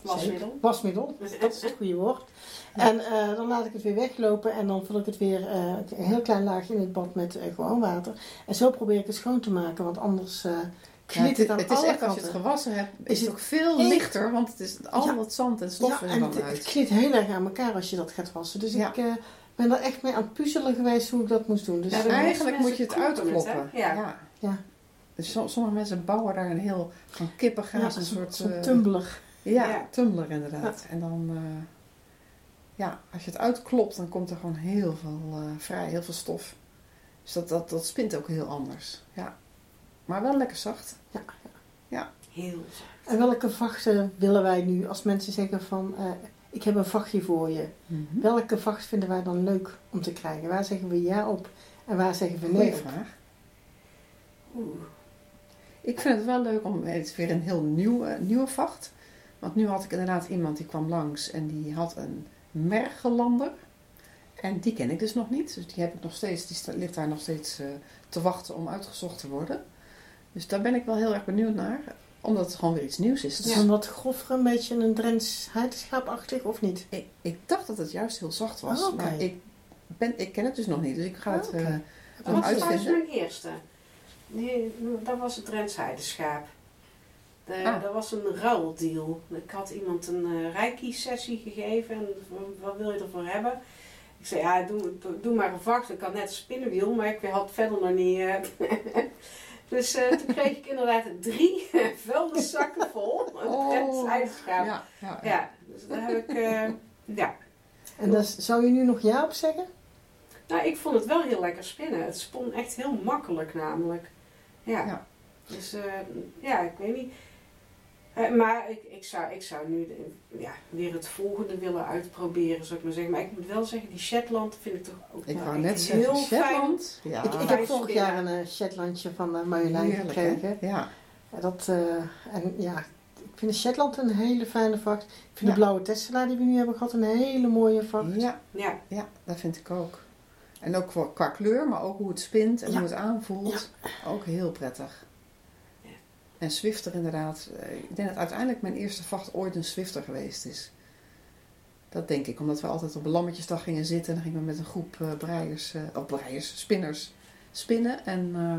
Speaker 1: Wasmiddel.
Speaker 3: Wasmiddel, dat is het goede woord. En uh, dan laat ik het weer weglopen en dan vul ik het weer uh, een heel klein laagje in het bad met uh, gewoon water. En zo probeer ik het schoon te maken, want anders uh, klit
Speaker 2: ja,
Speaker 3: het aan
Speaker 2: het
Speaker 3: alle
Speaker 2: is echt,
Speaker 3: kanten.
Speaker 2: als je het gewassen hebt, is het
Speaker 3: het
Speaker 2: ook veel
Speaker 3: echt
Speaker 2: lichter, want het is al
Speaker 3: ja,
Speaker 2: dat zand en stof
Speaker 3: ja,
Speaker 2: er
Speaker 3: en
Speaker 2: dan
Speaker 3: het,
Speaker 2: uit.
Speaker 3: het klit heel erg aan elkaar als je dat gaat wassen. Dus
Speaker 2: ja.
Speaker 3: ik uh, ben er echt mee aan het puzzelen geweest hoe ik dat moest doen. Dus
Speaker 2: ja,
Speaker 3: uh,
Speaker 2: eigenlijk moet je het uitkloppen.
Speaker 1: Ja.
Speaker 2: Ja.
Speaker 3: Ja.
Speaker 2: Dus sommige mensen bouwen daar een heel van kippengaas,
Speaker 3: ja,
Speaker 2: een soort
Speaker 3: zo'n
Speaker 2: uh,
Speaker 3: tumbler.
Speaker 2: Ja,
Speaker 1: ja.
Speaker 2: tumbler inderdaad. Ja. En dan, uh, ja, als je het uitklopt, dan komt er gewoon heel veel uh, vrij, heel veel stof. Dus dat, dat, dat spint ook heel anders. Ja. Maar wel lekker zacht.
Speaker 3: Ja.
Speaker 2: Ja.
Speaker 1: Heel zacht.
Speaker 3: En welke vachten willen wij nu als mensen zeggen van, uh, ik heb een vachtje voor je.
Speaker 2: Mm-hmm.
Speaker 3: Welke vacht vinden wij dan leuk om te krijgen? Waar zeggen we ja op en waar zeggen we nee
Speaker 2: Goeie
Speaker 3: op?
Speaker 2: vraag.
Speaker 1: Oeh.
Speaker 2: Ik vind het wel leuk om, het is weer een heel nieuwe, nieuwe vacht. Want nu had ik inderdaad iemand die kwam langs en die had een mergelander. En die ken ik dus nog niet. Dus die heb ik nog steeds, die sta, ligt daar nog steeds uh, te wachten om uitgezocht te worden. Dus daar ben ik wel heel erg benieuwd naar. Omdat het gewoon weer iets nieuws is.
Speaker 3: Het is ja. een wat groffer, een beetje een Drents heidenschaapachtig of niet?
Speaker 2: Ik, ik dacht dat het juist heel zacht was.
Speaker 3: Oh, okay.
Speaker 2: Maar ik, ben, ik ken het dus nog niet. Dus ik ga het
Speaker 3: oh, okay.
Speaker 2: uh,
Speaker 1: Dat
Speaker 2: nog
Speaker 1: was
Speaker 2: uitvinden.
Speaker 1: trouwens mijn eerste. Die, dat was het Drents heidenschaap. De,
Speaker 2: ah.
Speaker 1: Dat was een ruildeal. Ik had iemand een uh, reiki-sessie gegeven. En wat wil je ervoor hebben? Ik zei, ja, doe, doe maar een vacht. Ik had net een spinnenwiel, maar ik had verder nog niet... Uh, dus uh, toen kreeg ik inderdaad drie vuilniszakken vol. Een
Speaker 2: oh.
Speaker 1: Drents heidenschaap.
Speaker 2: Ja, ja, ja.
Speaker 1: ja, dus daar heb ik... Uh, ja.
Speaker 3: En daar zou je nu nog ja op zeggen?
Speaker 1: Nou, ik vond het wel heel lekker spinnen. Het spon echt heel makkelijk namelijk. Ja.
Speaker 2: ja.
Speaker 1: Dus uh, ja, ik weet niet. Uh, maar ik, ik, zou, ik zou nu de, ja, weer het volgende willen uitproberen, zou ik maar zeggen. Maar ik moet wel zeggen, die Shetland vind ik toch ook
Speaker 2: ik
Speaker 1: nou
Speaker 2: wou net
Speaker 1: heel
Speaker 2: zeggen,
Speaker 1: fijn.
Speaker 2: Shetland. Ja.
Speaker 3: Ik, ik heb vorig jaar een uh, Shetlandje van uh, Marjolein
Speaker 2: Heerlijk,
Speaker 3: gekregen.
Speaker 2: Hè? Ja.
Speaker 3: Dat, uh, en ja, ik vind de Shetland een hele fijne vacht. Ik vind
Speaker 2: ja.
Speaker 3: de blauwe Tesla die we nu hebben gehad een hele mooie vacht.
Speaker 2: Ja,
Speaker 1: ja.
Speaker 2: ja, dat vind ik ook. En ook qua, qua kleur, maar ook hoe het spint en
Speaker 3: ja.
Speaker 2: hoe het aanvoelt. Ja. Ook heel prettig.
Speaker 1: Ja.
Speaker 2: En Swifter inderdaad. Ik denk dat uiteindelijk mijn eerste vacht ooit een Swifter geweest is. Dat denk ik, omdat we altijd op een lammetjesdag gingen zitten. En dan gingen we met een groep uh, breiers, uh, of breiers, spinners spinnen. En uh,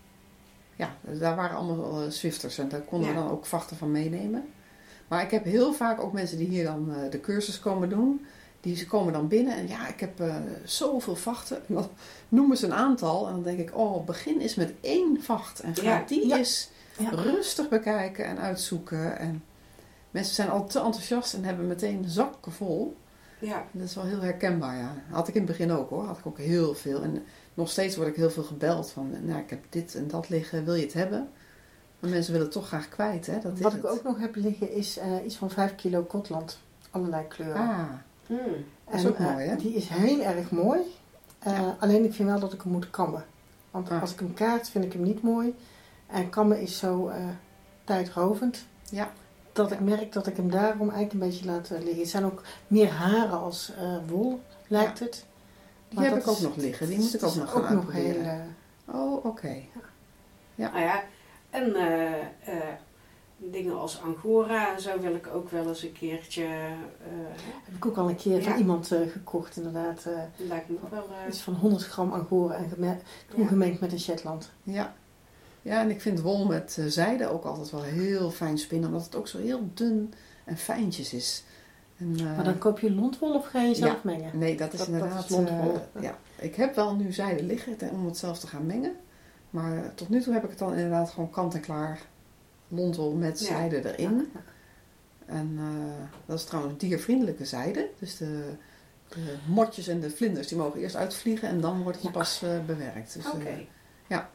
Speaker 2: ja, daar waren allemaal uh, Swifters. En daar konden ja. we dan ook vachten van meenemen. Maar ik heb heel vaak ook mensen die hier dan uh, de cursus komen doen. Die komen dan binnen en ja, ik heb uh, zoveel vachten. En dan noemen ze een aantal. En dan denk ik, oh, begin eens met één vacht. En ga ja. die ja. eens ja. rustig bekijken en uitzoeken. En mensen zijn al te enthousiast en hebben meteen zakken vol.
Speaker 1: Ja.
Speaker 2: Dat is wel heel herkenbaar, ja. Had ik in het begin ook hoor. Had ik ook heel veel. En nog steeds word ik heel veel gebeld van, nou, ik heb dit en dat liggen. Wil je het hebben? Maar mensen willen het toch graag kwijt, hè. Dat
Speaker 3: Wat
Speaker 2: is
Speaker 3: ik
Speaker 2: het.
Speaker 3: ook nog heb liggen is uh, iets van vijf kilo Kotland. Allerlei kleuren.
Speaker 2: Ah.
Speaker 1: Hmm.
Speaker 2: Dat is ook
Speaker 3: en,
Speaker 2: mooi, hè?
Speaker 3: Uh, die is heel erg mooi. Uh, ja. Alleen ik vind wel dat ik hem moet kammen. Want ah. als ik hem kaart, vind ik hem niet mooi. En kammen is zo uh, tijdrovend.
Speaker 2: Ja.
Speaker 3: Dat
Speaker 2: ja.
Speaker 3: ik merk dat ik hem daarom eigenlijk een beetje laat uh, liggen. Het zijn ook meer haren als uh, wol, lijkt
Speaker 2: ja.
Speaker 3: het.
Speaker 2: Die maar heb ik ook is, nog liggen. Die moet ik ook nog gaan
Speaker 3: ook
Speaker 2: uitproberen.
Speaker 3: Nog heel, uh,
Speaker 2: oh, oké. Okay.
Speaker 3: Ja.
Speaker 2: Ja.
Speaker 1: Nou ja, en uh, uh, dingen als Angora en zo wil ik ook wel eens een keertje... Uh,
Speaker 3: heb ik ook al een keer
Speaker 1: ja.
Speaker 3: van iemand uh, gekocht inderdaad. Uh,
Speaker 1: lijkt me ook wel... Uh,
Speaker 3: iets van honderd gram Angora en geme- toegemengd ja. met een Shetland.
Speaker 2: Ja. Ja, en ik vind wol met uh, zijde ook altijd wel heel fijn spinnen. Omdat het ook zo heel dun en fijntjes is. En, uh,
Speaker 3: maar dan koop je lontwol of ga je zelf
Speaker 2: ja,
Speaker 3: mengen?
Speaker 2: Nee, dat is dat, inderdaad... Dat is lontwol. Uh, ja. Ik heb wel nu zijde liggen om het zelf te gaan mengen. Maar uh, tot nu toe heb ik het dan inderdaad gewoon kant en klaar... lontwol met ja. zijde erin. Ja. En uh, dat is trouwens diervriendelijke zijde. Dus de, de motjes en de vlinders die mogen eerst uitvliegen en dan wordt het ja. pas uh, bewerkt. Dus,
Speaker 1: Oké.
Speaker 2: Okay. Uh, ja.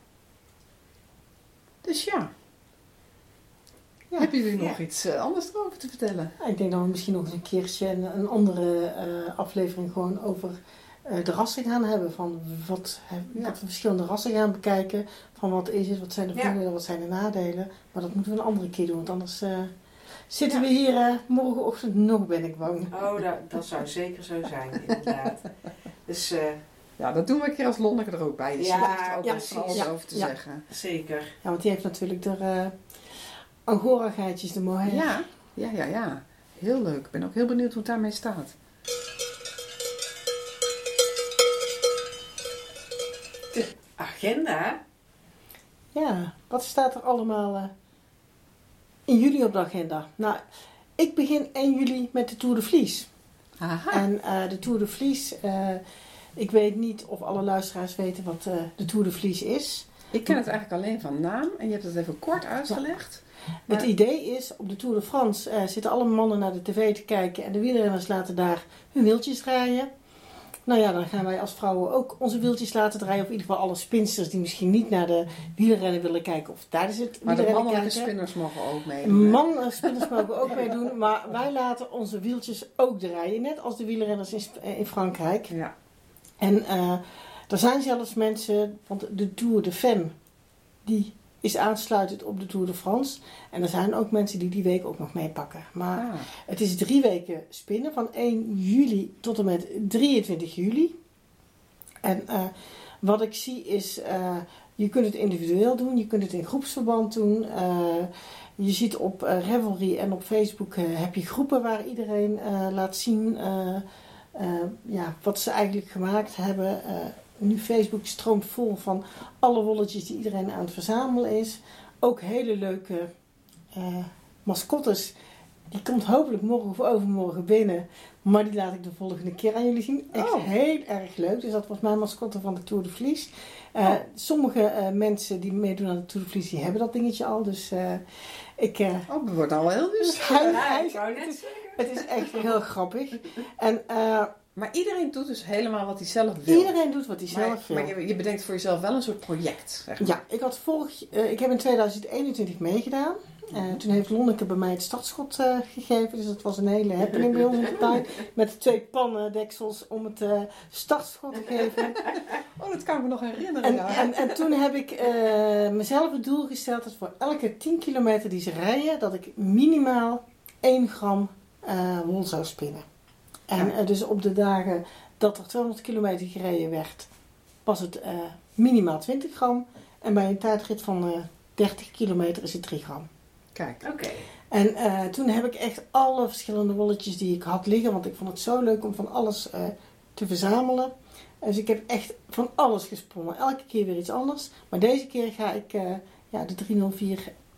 Speaker 2: Dus ja. ja. Hebben jullie nog ja. iets uh, anders erover te vertellen?
Speaker 3: Ja, ik denk dat we misschien nog eens een keertje een, een andere uh, aflevering gewoon over uh, de rassen gaan hebben. Van wat, ja. wat we verschillende rassen gaan bekijken. Van wat is het, wat zijn de voordelen, ja. wat zijn de nadelen. Maar dat moeten we een andere keer doen. Want anders uh, zitten ja. we hier uh, morgenochtend nog, ben ik bang.
Speaker 1: Oh, dat, dat zou zeker zo zijn, inderdaad. Dus... Uh,
Speaker 2: ja, dat doen we een keer als Lonneke er ook bij. Dus
Speaker 1: ja,
Speaker 2: je er ook
Speaker 1: ja,
Speaker 2: van alles
Speaker 3: ja,
Speaker 2: over te
Speaker 3: ja.
Speaker 2: zeggen.
Speaker 1: Zeker.
Speaker 3: Ja, want die heeft natuurlijk de uh, Angora-geitjes, de mohair.
Speaker 2: Ja, ja, ja, ja. Heel leuk. Ik ben ook heel benieuwd hoe het daarmee staat.
Speaker 1: De agenda?
Speaker 3: Ja, wat staat er allemaal uh, in juli op de agenda? Nou, ik begin één juli met de Tour de Vlies.
Speaker 2: Aha.
Speaker 3: En uh, de Tour de Vlies, uh, ik weet niet of alle luisteraars weten wat uh, de Tour de Vlies is.
Speaker 2: Ik ken het eigenlijk alleen van naam en je hebt het even kort uitgelegd.
Speaker 3: Het
Speaker 2: Maar...
Speaker 3: idee is, op de Tour de France uh, zitten alle mannen naar de tv te kijken en de wielrenners laten daar hun wieltjes draaien. Nou ja, dan gaan wij als vrouwen ook onze wieltjes laten draaien. Of in ieder geval alle spinsters die misschien niet naar de wielrennen willen kijken. Of tijdens het
Speaker 2: Maar de
Speaker 3: wielrennen
Speaker 2: mannelijke
Speaker 3: kijken.
Speaker 2: spinners mogen ook meedoen.
Speaker 3: Mannelijke spinners mogen ook meedoen. Maar wij laten onze wieltjes ook draaien. Net als de wielrenners in, in Frankrijk.
Speaker 2: Ja.
Speaker 3: En uh, er zijn zelfs mensen, want de Tour de Femme, die is aansluitend op de Tour de France. En er zijn ook mensen die die week ook nog meepakken. Maar
Speaker 2: Ah.
Speaker 3: het is drie weken spinnen, van één juli tot en met drieëntwintig juli. En uh, wat ik zie is, uh, je kunt het individueel doen, je kunt het in groepsverband doen. Uh, je ziet op uh, Revelry en op Facebook uh, heb je groepen waar iedereen uh, laat zien uh, uh, ja, wat ze eigenlijk gemaakt hebben. Uh, nu Facebook stroomt vol van alle wolletjes die iedereen aan het verzamelen is. Ook hele leuke uh, mascottes. Die komt hopelijk morgen of overmorgen binnen. Maar die laat ik de volgende keer aan jullie zien. Echt
Speaker 2: Oh.
Speaker 3: heel erg leuk. Dus dat was mijn mascotte van de Tour de Vlies. Uh,
Speaker 2: Oh.
Speaker 3: Sommige uh, mensen die meedoen aan de Tour de Vlies, die hebben dat dingetje al. Dus uh, ik... Uh,
Speaker 2: Oh, we worden al heel dus.
Speaker 3: hij,
Speaker 1: Ja,
Speaker 3: hij,
Speaker 1: ik wou net
Speaker 3: het, is,
Speaker 1: zeggen.
Speaker 3: het is echt heel grappig. En uh,
Speaker 2: Maar iedereen doet dus helemaal wat hij zelf wil.
Speaker 3: iedereen doet wat hij
Speaker 2: maar,
Speaker 3: zelf wil.
Speaker 2: maar je, je bedenkt voor jezelf wel een soort project. Zeg maar.
Speaker 3: Ja, ik had vorig, uh, ik heb in tweeduizend eenentwintig meegedaan. Uh, toen heeft Lonneke bij mij het startschot uh, gegeven. Dus dat was een hele happening bij ons in de tuin. Met twee pannendeksels om het uh, startschot te geven.
Speaker 2: Oh, dat kan ik me nog herinneren.
Speaker 3: En,
Speaker 2: ja.
Speaker 3: en, en toen heb ik uh, mezelf het doel gesteld dat voor elke tien kilometer die ze rijden, dat ik minimaal één gram uh, wol zou spinnen. En uh, dus op de dagen dat er tweehonderd kilometer gereden werd, was het uh, minimaal twintig gram. En bij een tijdrit van uh, dertig kilometer is het drie gram.
Speaker 2: Kijk.
Speaker 1: Oké.
Speaker 3: En uh, toen heb ik echt alle verschillende wolletjes die ik had liggen, want ik vond het zo leuk om van alles uh, te verzamelen. Dus ik heb echt van alles gesponnen. Elke keer weer iets anders. Maar deze keer ga ik uh, ja, de driehonderdvier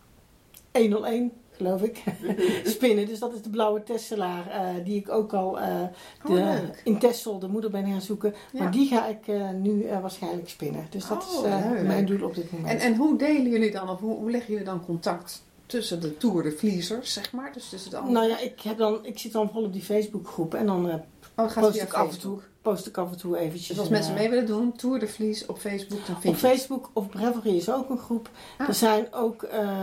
Speaker 3: honderdéén, geloof ik, spinnen. Dus dat is de blauwe Tesselaar, uh, die ik ook al uh, de,
Speaker 2: Oh, leuk.
Speaker 3: in Texel, de moeder, ben gaan zoeken.
Speaker 2: Ja.
Speaker 3: Maar die ga ik uh, nu uh, waarschijnlijk spinnen. Dus dat
Speaker 2: Oh,
Speaker 3: is uh,
Speaker 2: leuk.
Speaker 3: mijn doel op dit moment.
Speaker 2: En, en hoe delen jullie dan, of hoe, hoe leggen jullie dan contact tussen de Tour de Vliezers, zeg maar? Dus tussen de andere...
Speaker 3: Nou ja, ik, heb dan, ik zit dan vol op die Facebookgroep en dan uh,
Speaker 2: oh, het gaat
Speaker 3: post,
Speaker 2: via
Speaker 3: ik af en
Speaker 2: Facebook.
Speaker 3: toe, post ik af en toe eventjes.
Speaker 2: Dus als
Speaker 3: een,
Speaker 2: mensen
Speaker 3: uh,
Speaker 2: mee willen doen, Tour de Vlies op Facebook, dan vind
Speaker 3: Op
Speaker 2: je het.
Speaker 3: Facebook of Brevery is ook een groep.
Speaker 2: Ah.
Speaker 3: Er zijn ook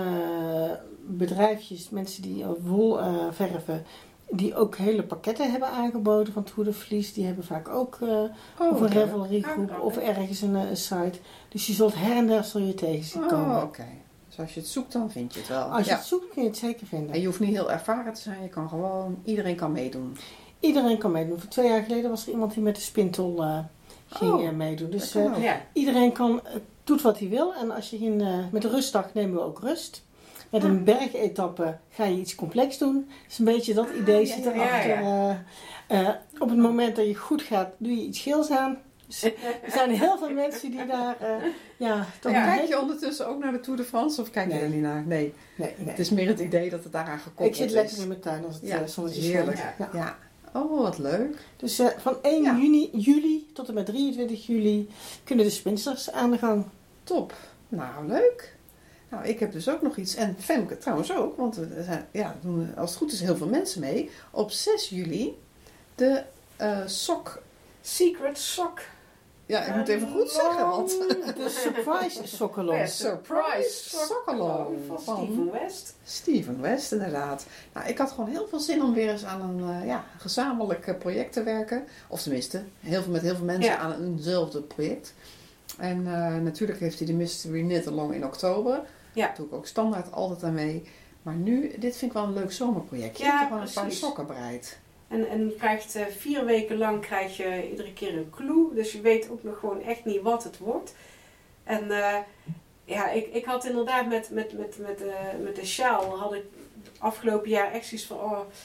Speaker 3: uh, bedrijfjes, mensen die uh, wol uh, verven, die ook hele pakketten hebben aangeboden van Tour de Vlies. Die hebben vaak ook uh,
Speaker 2: Oh,
Speaker 3: of een
Speaker 2: oké.
Speaker 3: Revelry groep
Speaker 1: Oh,
Speaker 3: of ergens een, een site. Dus je zult her en der zul je tegen zien
Speaker 2: Oh,
Speaker 3: komen.
Speaker 2: oké. Dus als je het zoekt, dan vind je het wel.
Speaker 3: Als je
Speaker 2: Ja.
Speaker 3: het zoekt kun je het zeker vinden.
Speaker 2: En je hoeft niet heel ervaren te zijn, je kan gewoon, iedereen kan meedoen.
Speaker 3: Iedereen kan meedoen. Voor twee jaar geleden was er iemand die met de spintol uh, ging
Speaker 2: Oh,
Speaker 3: uh, meedoen. Dus
Speaker 2: dat kan
Speaker 3: uh,
Speaker 2: ook.
Speaker 1: Ja.
Speaker 3: iedereen kan, uh, doet wat hij wil. En als je in, uh, met de rustdag nemen we ook rust. Met een bergetappe ga je iets complex doen. Dus een beetje dat idee
Speaker 2: ja,
Speaker 3: zit
Speaker 2: ja,
Speaker 3: erachter.
Speaker 1: ja,
Speaker 3: Uh, uh, op het moment dat je goed gaat, doe je iets geels aan. Dus er zijn heel veel mensen die daar, uh, ja, toch
Speaker 1: Ja,
Speaker 3: een
Speaker 2: Kijk je ondertussen ook naar de Tour de France of kijk je
Speaker 3: Nee.
Speaker 2: er niet naar? Nee,
Speaker 3: Nee, nee.
Speaker 2: het is meer het idee dat het daaraan gekoppeld
Speaker 3: Ik zit
Speaker 2: is.
Speaker 3: lekker in mijn tuin als het
Speaker 2: Ja,
Speaker 3: uh, zonnetje
Speaker 2: heerlijk.
Speaker 3: schijnt. Ja.
Speaker 2: Ja. Oh, wat leuk.
Speaker 3: Dus uh, van één
Speaker 2: Ja.
Speaker 3: juni, juli tot en met drieëntwintig juli kunnen de spinsters aan de gang.
Speaker 2: Top. Nou, leuk. Nou, ik heb dus ook nog iets. En Femke trouwens ook, want er zijn, ja, doen als het goed is heel veel mensen mee. Op zes juli de uh, sok...
Speaker 1: Secret Sock.
Speaker 2: Ja, ik moet even goed zeggen, want...
Speaker 3: De surprise sokkelon.
Speaker 1: Ja,
Speaker 2: Surprise Sokkelon
Speaker 1: van
Speaker 2: van
Speaker 1: Steven West.
Speaker 2: Steven West, inderdaad. Nou, ik had gewoon heel veel zin om weer eens aan een uh, ja, gezamenlijk uh, project te werken. Of tenminste, heel veel, met heel veel mensen
Speaker 1: Ja.
Speaker 2: aan eenzelfde project. En uh, natuurlijk heeft hij de Mystery Knit Along in oktober.
Speaker 1: Ja.
Speaker 2: Daar doe ik ook standaard altijd aan mee. Maar nu, dit vind ik wel een leuk zomerprojectje.
Speaker 1: Ja,
Speaker 2: dat je gewoon een paar
Speaker 1: precies.
Speaker 2: sokken breidt.
Speaker 1: En, en je krijgt uh, vier weken lang krijg je iedere keer een clue. Dus je weet ook nog gewoon echt niet wat het wordt. En uh, ja, ik, ik had inderdaad met, met, met, met, uh, met de sjaal had ik afgelopen jaar echt zoiets van... Oh,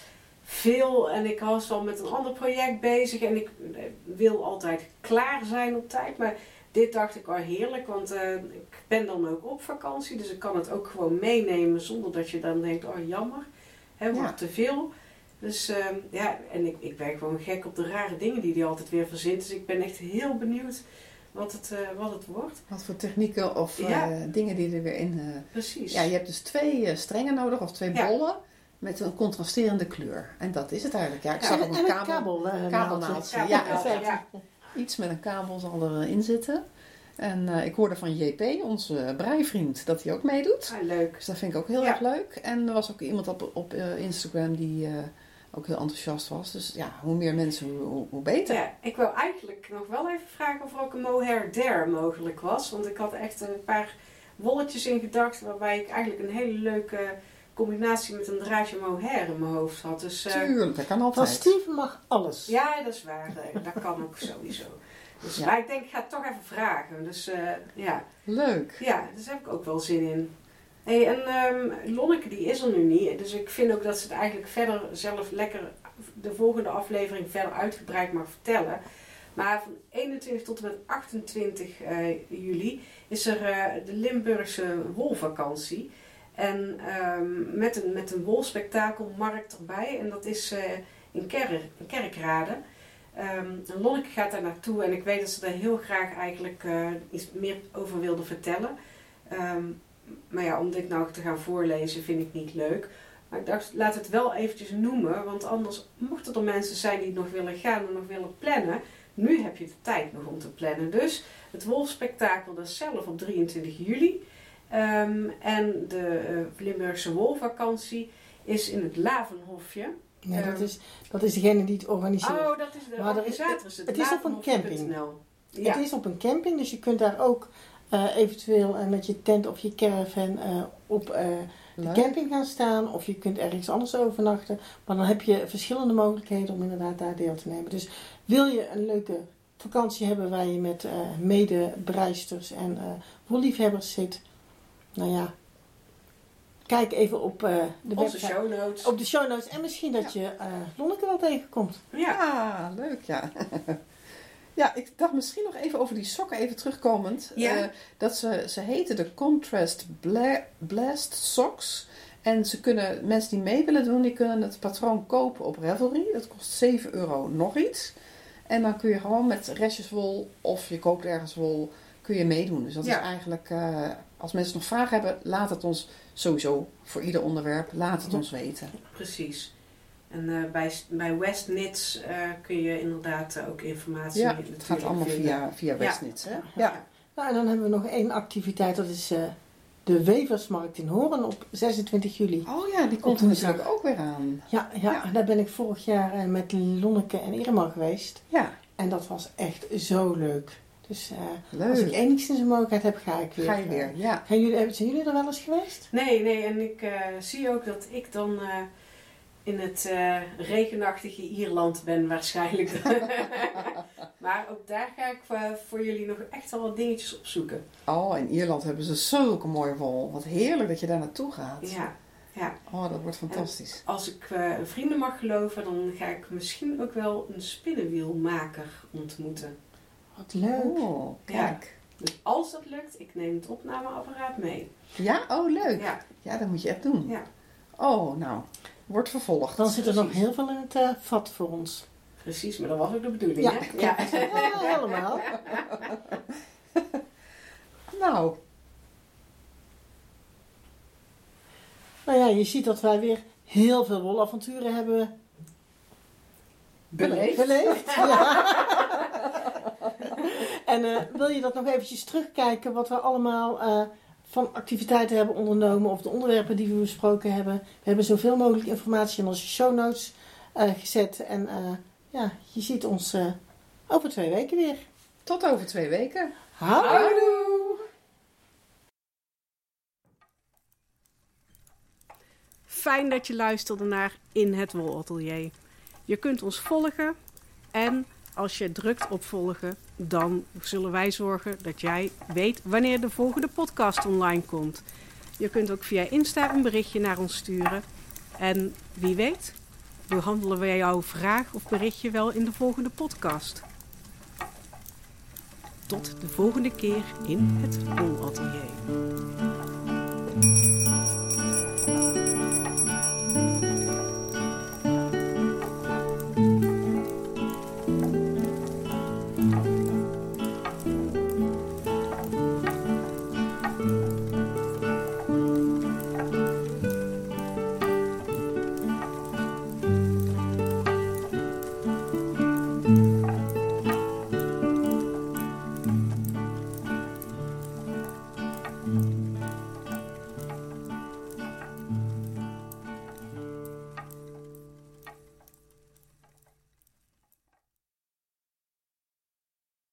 Speaker 1: veel en ik was al met een ander project bezig en ik wil altijd klaar zijn op tijd. Maar dit dacht ik al heerlijk, want uh, ik ben dan ook op vakantie, dus ik kan het ook gewoon meenemen zonder dat je dan denkt, oh jammer, hè, wordt ja. te veel. Dus uh, ja, en ik, ik ben gewoon gek op de rare dingen die hij altijd weer verzint. Dus ik ben echt heel benieuwd wat het, uh, wat het wordt.
Speaker 2: Wat voor technieken of
Speaker 1: ja.
Speaker 2: uh, dingen die er weer in... Uh...
Speaker 1: Precies.
Speaker 2: Ja, je hebt dus twee uh, strengen nodig of twee ja. bollen met een contrasterende kleur. En dat is het eigenlijk. Ja, ik
Speaker 3: ja,
Speaker 2: zag
Speaker 3: en,
Speaker 2: ook een kabel,
Speaker 3: kabel, uh,
Speaker 2: kabelnaaldje.
Speaker 3: Ja,
Speaker 2: ja,
Speaker 3: ja, ja.
Speaker 2: ja. Iets met een kabel zal erin zitten. En uh, ik hoorde van J P, onze breivriend, dat hij ook meedoet.
Speaker 1: Ah, leuk.
Speaker 2: Dus dat vind ik ook heel ja. erg leuk. En er was ook iemand op, op uh, Instagram die uh, ook heel enthousiast was. Dus ja, hoe meer mensen, hoe, hoe beter.
Speaker 1: Ja, ik wil eigenlijk nog wel even vragen of er ook een mohair dare mogelijk was. Want ik had echt een paar wolletjes in gedacht waarbij ik eigenlijk een hele leuke combinatie met een draadje mohair in mijn hoofd had. Dus, uh,
Speaker 2: Tuurlijk, dat kan altijd.
Speaker 3: Van Steven mag alles.
Speaker 1: Ja, dat is waar. Dat kan ook sowieso. Dus, ja. Maar ik denk, ik ga het toch even vragen. Dus uh, ja.
Speaker 2: Leuk.
Speaker 1: Ja, daar heb ik ook wel zin in. Hey, en um, Lonneke die is er nu niet. Dus ik vind ook dat ze het eigenlijk verder zelf lekker de volgende aflevering verder uitgebreid mag vertellen. Maar van eenentwintig tot en met achtentwintig uh, juli is er uh, de Limburgse wolvakantie. En um, met een, met een wolspektakelmarkt erbij. En dat is uh, in, Ker in Kerkrade. Um, Lonneke gaat daar naartoe en ik weet dat ze daar heel graag eigenlijk uh, iets meer over wilde vertellen. Um, maar ja, om dit nou te gaan voorlezen vind ik niet leuk. Maar ik dacht, laat het wel eventjes noemen, want anders mochten er mensen zijn die nog willen gaan en nog willen plannen. Nu heb je de tijd nog om te plannen. Dus het wolfspektakel dat is zelf op drieëntwintig juli. Um, en de uh, Limburgse wolvakantie is in het Lavenhofje.
Speaker 3: Ja, dat is, dat is degene die het organiseert.
Speaker 1: Oh, dat is de maar organisator. Is het
Speaker 3: het is op een camping.
Speaker 1: Ja.
Speaker 3: Het is op een camping, dus je kunt daar ook uh, eventueel uh, met je tent of je caravan uh, op uh, de camping gaan staan. Of je kunt ergens anders overnachten. Maar dan heb je verschillende mogelijkheden om inderdaad daar deel te nemen. Dus wil je een leuke vakantie hebben waar je met uh, mede-breisters en uh, wolliefhebbers zit. Nou ja. Kijk even op uh, de
Speaker 1: Onze
Speaker 3: website.
Speaker 1: show notes.
Speaker 3: Op de show notes. En misschien dat ja. je uh, Lonneke wel tegenkomt.
Speaker 2: Ja, ja leuk ja. Ja, ik dacht misschien nog even over die sokken even terugkomend.
Speaker 1: Ja.
Speaker 2: Uh, dat ze, ze heten de Contrast Bla Blast Socks. En ze kunnen, mensen die mee willen doen, die kunnen het patroon kopen op Ravelry. Dat kost zeven euro nog iets. En dan kun je gewoon met restjes wol of je koopt ergens wol, kun je meedoen. Dus dat ja. is eigenlijk, uh, als mensen nog vragen hebben, laat het ons sowieso voor ieder onderwerp, laat het ja. ons weten.
Speaker 1: Precies. En uh, bij, bij Westnits uh, kun je inderdaad uh, ook informatie...
Speaker 2: Ja, het gaat allemaal via, via Westnits. Ja. Hè? Ja.
Speaker 3: Ja. Nou, en dan hebben we nog één activiteit, dat is uh, de Weversmarkt in Hoorn op zesentwintig juli.
Speaker 2: Oh ja, die komt er natuurlijk ook weer aan.
Speaker 3: Ja, ja, ja. Daar ben ik vorig jaar uh, met Lonneke en Irma geweest.
Speaker 2: Ja.
Speaker 3: En dat was echt zo leuk. Dus uh, als ik enigszins een mogelijkheid heb, ga ik weer.
Speaker 2: Ga je weer, ja.
Speaker 3: Gaan jullie, zijn jullie er wel eens geweest?
Speaker 1: Nee, nee. En ik uh, zie ook dat ik dan... Uh, in het uh, regenachtige Ierland ben waarschijnlijk. Maar ook daar ga ik uh, voor jullie nog echt wel wat dingetjes opzoeken.
Speaker 2: Oh, in Ierland hebben ze zulke mooie wol. Wat heerlijk dat je daar naartoe gaat.
Speaker 1: Ja, ja.
Speaker 2: Oh, dat wordt fantastisch.
Speaker 1: En als ik uh, vrienden mag geloven, dan ga ik misschien ook wel een spinnenwielmaker ontmoeten.
Speaker 3: Wat leuk.
Speaker 2: Oh, kijk.
Speaker 1: Ja. Dus als dat lukt, ik neem het opnameapparaat mee.
Speaker 2: Ja? Oh, leuk.
Speaker 1: Ja,
Speaker 2: ja dat moet je echt doen.
Speaker 1: Ja.
Speaker 2: Oh, nou... Wordt vervolgd.
Speaker 3: Dan zit er Precies. nog heel veel in het uh, vat voor ons.
Speaker 1: Precies, maar dat was ook de bedoeling,
Speaker 3: ja.
Speaker 1: hè? Ja,
Speaker 3: ja helemaal.
Speaker 2: Nou.
Speaker 3: Nou ja, je ziet dat wij weer heel veel wolavonturen hebben
Speaker 1: beleefd.
Speaker 3: beleefd. Ja. En uh, wil je dat nog eventjes terugkijken, wat we allemaal... Uh, van activiteiten hebben ondernomen of de onderwerpen die we besproken hebben. We hebben zoveel mogelijk informatie in onze show notes uh, gezet. En uh, ja, je ziet ons uh, over twee weken weer.
Speaker 2: Tot over twee weken.
Speaker 3: Houdoe!
Speaker 1: Fijn dat je luisterde naar In het Wolatelier. Je kunt ons volgen en als je drukt op volgen, dan zullen wij zorgen dat jij weet wanneer de volgende podcast online komt. Je kunt ook via Insta een berichtje naar ons sturen. En wie weet, behandelen wij jouw vraag of berichtje wel in de volgende podcast. Tot de volgende keer in het Wolatelier. Thank you.